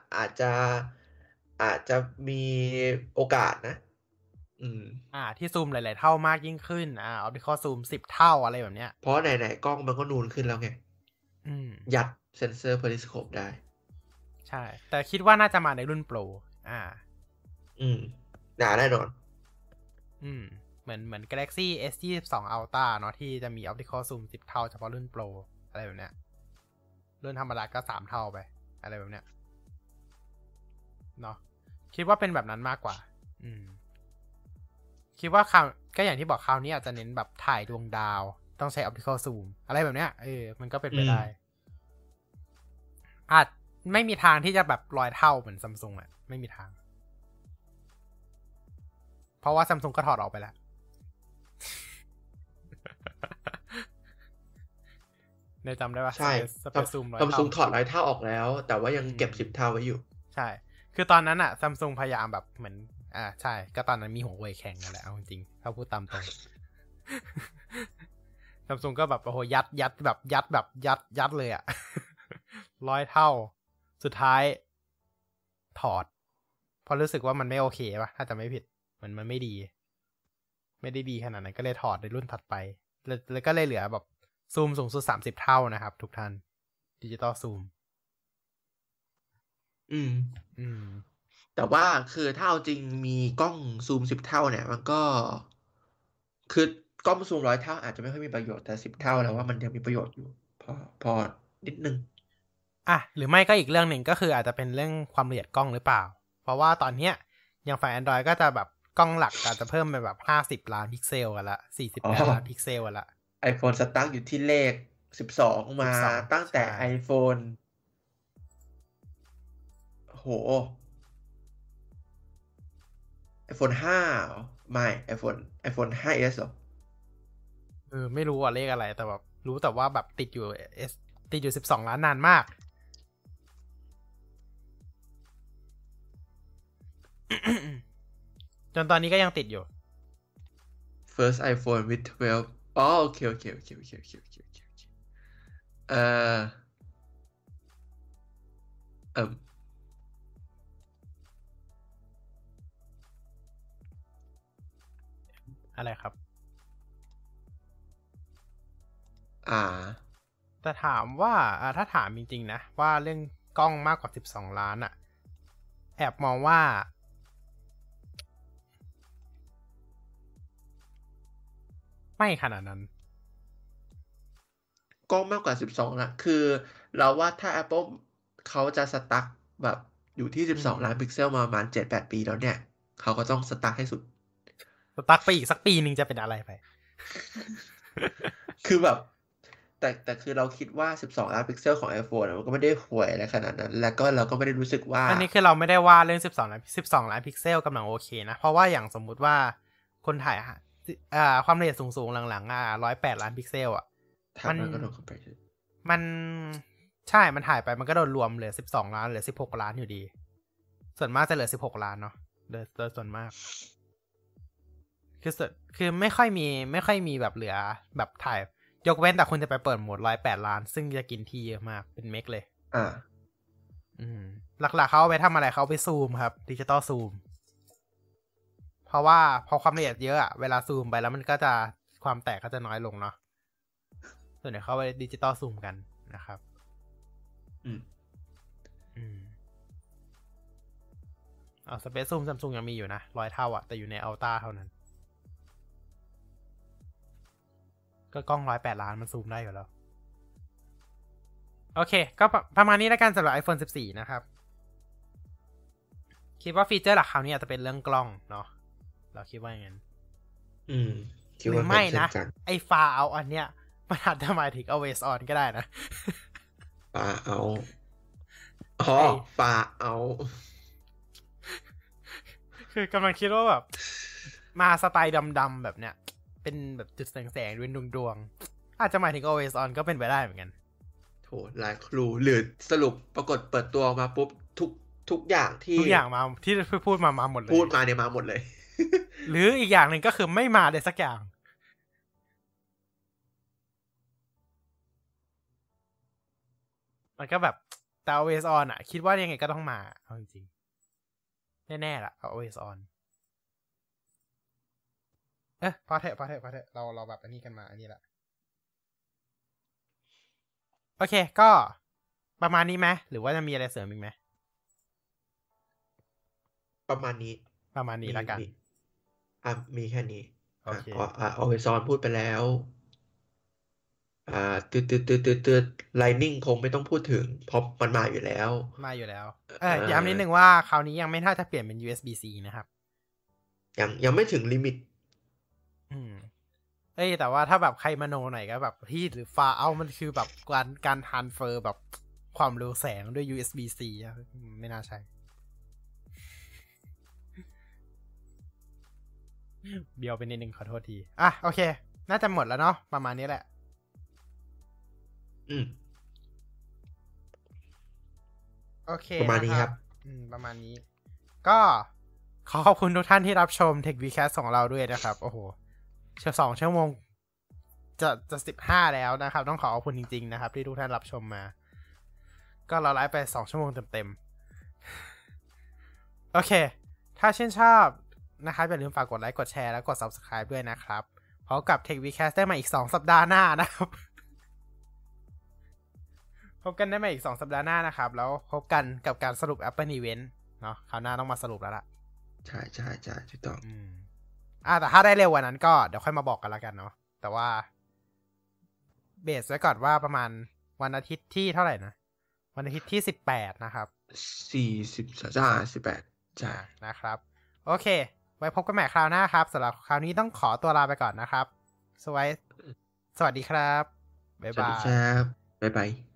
อาจจะมีโอกาสนะที่ซูมหลายๆเท่ามากยิ่งขึ้นoptical zoom 10 เท่าอะไรแบบเนี้ยเพราะไหนๆกล้องมันก็นูนขึ้นแล้วไงยัดเซนเซอร์ periscope ได้ใช่แต่คิดว่าน่าจะมาในรุ่นโปรแน่นอนเหมือน Galaxy S22 Ultra เนาะที่จะมี optical zoom 10 เท่าเฉพาะรุ่นโปรอะไรแบบเนี้ยรุ่นธรรมดาก็3 เท่าไปอะไรแบบเนี้ยเนาะคิดว่าเป็นแบบนั้นมากกว่าคิดว่าก็อย่างที่บอกคราวนี้อาจจะเน้นแบบถ่ายดวงดาวต้องใช้ optical zoom อะไรแบบเนี้ยมันก็เป็นไปได้อาจไม่มีทางที่จะแบบ100 เท่าเหมือน Samsung ไม่มีทางเพราะว่า Samsung ก็ถอดออกไปแล้วในจำได้ป่ะใช่ Samsung ถอด100 เท่าออกแล้วแต่ว่ายังเก็บ10 เท่าไว้อยู่ใช่คือตอนนั้นSamsung พยายามแบบเหมือนใช่ก็ตอนนั้นมีหัวเว่ยแข่งกันแหละเอาจริงๆถ้าพูดตามตรง Samsung ก็แบบโอ้โหยัดเลย100 เท่าสุดท้ายถอดเพราะรู้สึกว่ามันไม่โอเคป่ะถ้าจะไม่ผิดมันไม่ได้ดีขนาดนั้นก็เลยถอดในรุ่นถัดไปแล้วก็เลยเหลือแบบซูมสูงสุด30 เท่านะครับทุกท่านดิจิตอลซูมแต่ว่าคือถ้าเอาจริงมีกล้องซูม10 เท่าเนี่ยมันก็คือกล้องซูม100 เท่าอาจจะไม่ค่อยมีประโยชน์แต่10 เท่าแล้วว่ามันยังมีประโยชน์อยู่พอนิดนึงหรือไม่ก็อีกเรื่องหนึ่งก็คืออาจจะเป็นเรื่องความละเอียดกล้องหรือเปล่าเพราะว่าตอนเนี้ยอย่างฝั่ง Android ก็จะแบบกล้องหลักอาจจะเพิ่มไปแบบ50 ล้านพิกเซลกันละ48 ล้านพิกเซลกันละ iPhone สตาร์ทอยู่ที่เลข12มาตั้งแต่ iPhone โห iPhone 5ไม่ iPhone 5s หรอไม่รู้ว่าเลขอะไรแต่แบบรู้แต่ว่าแบบติดอยู่12 ล้านนานมาก จนตอนนี้ก็ยังติดอยู่ First iPhone with 12โอเคเอ่อเอ่ออะไรครับแต่ถามว่าถ้าถามจริงๆนะว่าเรื่องกล้องมากกว่า12 ล้านอะแอบมองว่าไม่ขนาดนั้นกล้องมากกว่า12นะคือเราว่าถ้า Apple เขาจะสตั๊กแบบอยู่ที่12ล้านพิกเซลมาประมาณ 7-8 ปีแล้วเนี่ยเขาก็ต้องสตั๊กให้สุดสตั๊กไปอีกสักปีนึงจะเป็นอะไรไปคือแบบแต่คือเราคิดว่า12ล้านพิกเซลของ iPhone มันก็ไม่ได้ห่วยอะไรขนาดนั้นแล้วก็เราก็ไม่ได้รู้สึกว่าอันนี้คือเราไม่ได้ว่าเรื่อง12 ล้านพิกเซลกำลังโอเคนะเพราะว่าอย่างสมมุติว่าคนถ่ายความละเอียดสูงๆหลังๆ108 ล้านพิกเซลมันก็โดน comparison มันใช่มันถ่ายไปมันก็โดนรวมเหลือ12 ล้านเหลือ16 ล้านอยู่ดีส่วนมากจะเหลือ16 ล้านเนาะโดยส่วนมากคือไม่ค่อยมีแบบเหลือแบบถ่ายยกเว้นแต่คุณจะไปเปิดโหมด108 ล้านซึ่งจะกินที่เยอะมากเป็นเมกเลยหลักๆเขาเอาไปทำอะไรเขาไปซูมครับดิจิตอลซูมเพราะว่าพอความละเอียดเยอะเวลาซูมไปแล้วมันก็จะความแตกก็จะน้อยลงเนาะส่วนใหญ่เขาไปดิจิตอลซูมกันนะครับสเปซซูมซัมซุงยังมีอยู่นะ100 เท่าแต่อยู่ในอัลต้าเท่านั้นก็กล้อง108 ล้านมันซูมได้อยู่แล้วโอเคก็ประมาณนี้แล้วกันสำหรับ iPhone 14 นะครับคิดว่าฟีเจอร์หลักคราวนี้อาจจะเป็นเรื่องกล้องเนาะเราคิดว่าอย่างนั้นหรือไม่นะไอ้ฟาเอาอันเนี้ยมันอาจจะหมายถึง always on ก็ได้นะฟาเอาฟาเอาคือกำลังคิดว่าแบบมาสไตล์ดำๆแบบเนี้ยเป็นแบบจุดแสงๆด้วยดวงอาจจะหมายถึง always on ก็เป็นไปได้เหมือนกันโถหลายครูหรือสรุปปรากฏเปิดตัวมาปุ๊บทุกอย่างมาที่พูดมาหมดเลยพูดมาเนี่ยมาหมดเลยหรืออีกอย่างหนึ่งก็คือไม่มาเลยสักอย่างมันก็แบบแต่ always on คิดว่ายังไงก็ต้องมาเอาจริงๆแน่ๆล่ะ always on พอเถอะเราแบบอันนี้กันมาอันนี้แหละโอเคก็ประมาณนี้ไหมหรือว่าจะมีอะไรเสริมอีกไหมประมาณนี้แล้วกันมีแค่นี้โอเค always on พูดไปแล้วLightning คงไม่ต้องพูดถึงเพราะมันมาอยู่แล้วย้ำนิดนึงว่าคราวนี้ยังไม่น่าจะเปลี่ยนเป็น USB-C นะครับยังไม่ถึงลิมิตแต่ว่าถ้าแบบใครมโนหน่อยก็แบบฮีทหรือฟาเอามันคือแบบการทรานสเฟอร์แบบความเร็วแสงด้วย USB-C ไม่น่าใช่เบียวไปนิดนึงขอโทษทีโอเคน่าจะหมดแล้วเนาะประมาณนี้แหละโอเคประมาณนี้ครับประมาณนี้ก็ขอบคุณทุกท่านที่รับชม Tech Vcast ของเราด้วยนะครับโอ้โห2 ชั่วโมงจะ15แล้วนะครับต้องขอบคุณจริงๆนะครับที่ทุกท่านรับชมมาก็เราไลฟ์ไป2 ชั่วโมงเต็มๆโอเคถ้าชื่นชอบนะครับอย่าลืมฝากกดไลค์กดแชร์และกด Subscribe ด้วยนะครับพบกับ Tech Vcast ได้มาอีก2 สัปดาห์หน้านะครับพบกันได้มาอีก2 สัปดาห์หน้านะครับแล้วพบกันกับการสรุป Apple Event เนาะคราวหน้าต้องมาสรุปแล้วล่ะใช่ถูกต้องแต่ถ้าได้เร็วกว่านั้นก็เดี๋ยวค่อยมาบอกกันแล้วกันเนาะแต่ว่าเบสไว้ก่อนว่าประมาณวันอาทิตย์ที่เท่าไหร่นะวันอาทิตย์ที่18นะครับ 18ใช่นะครับโอเคไว้พบกันใหม่คราวหน้าครับสำหรับคราวนี้ต้องขอตัวลาไปก่อนนะครับสวัสดีครับบ๊ายสวัสบาดีคยรับบ๊ายบาย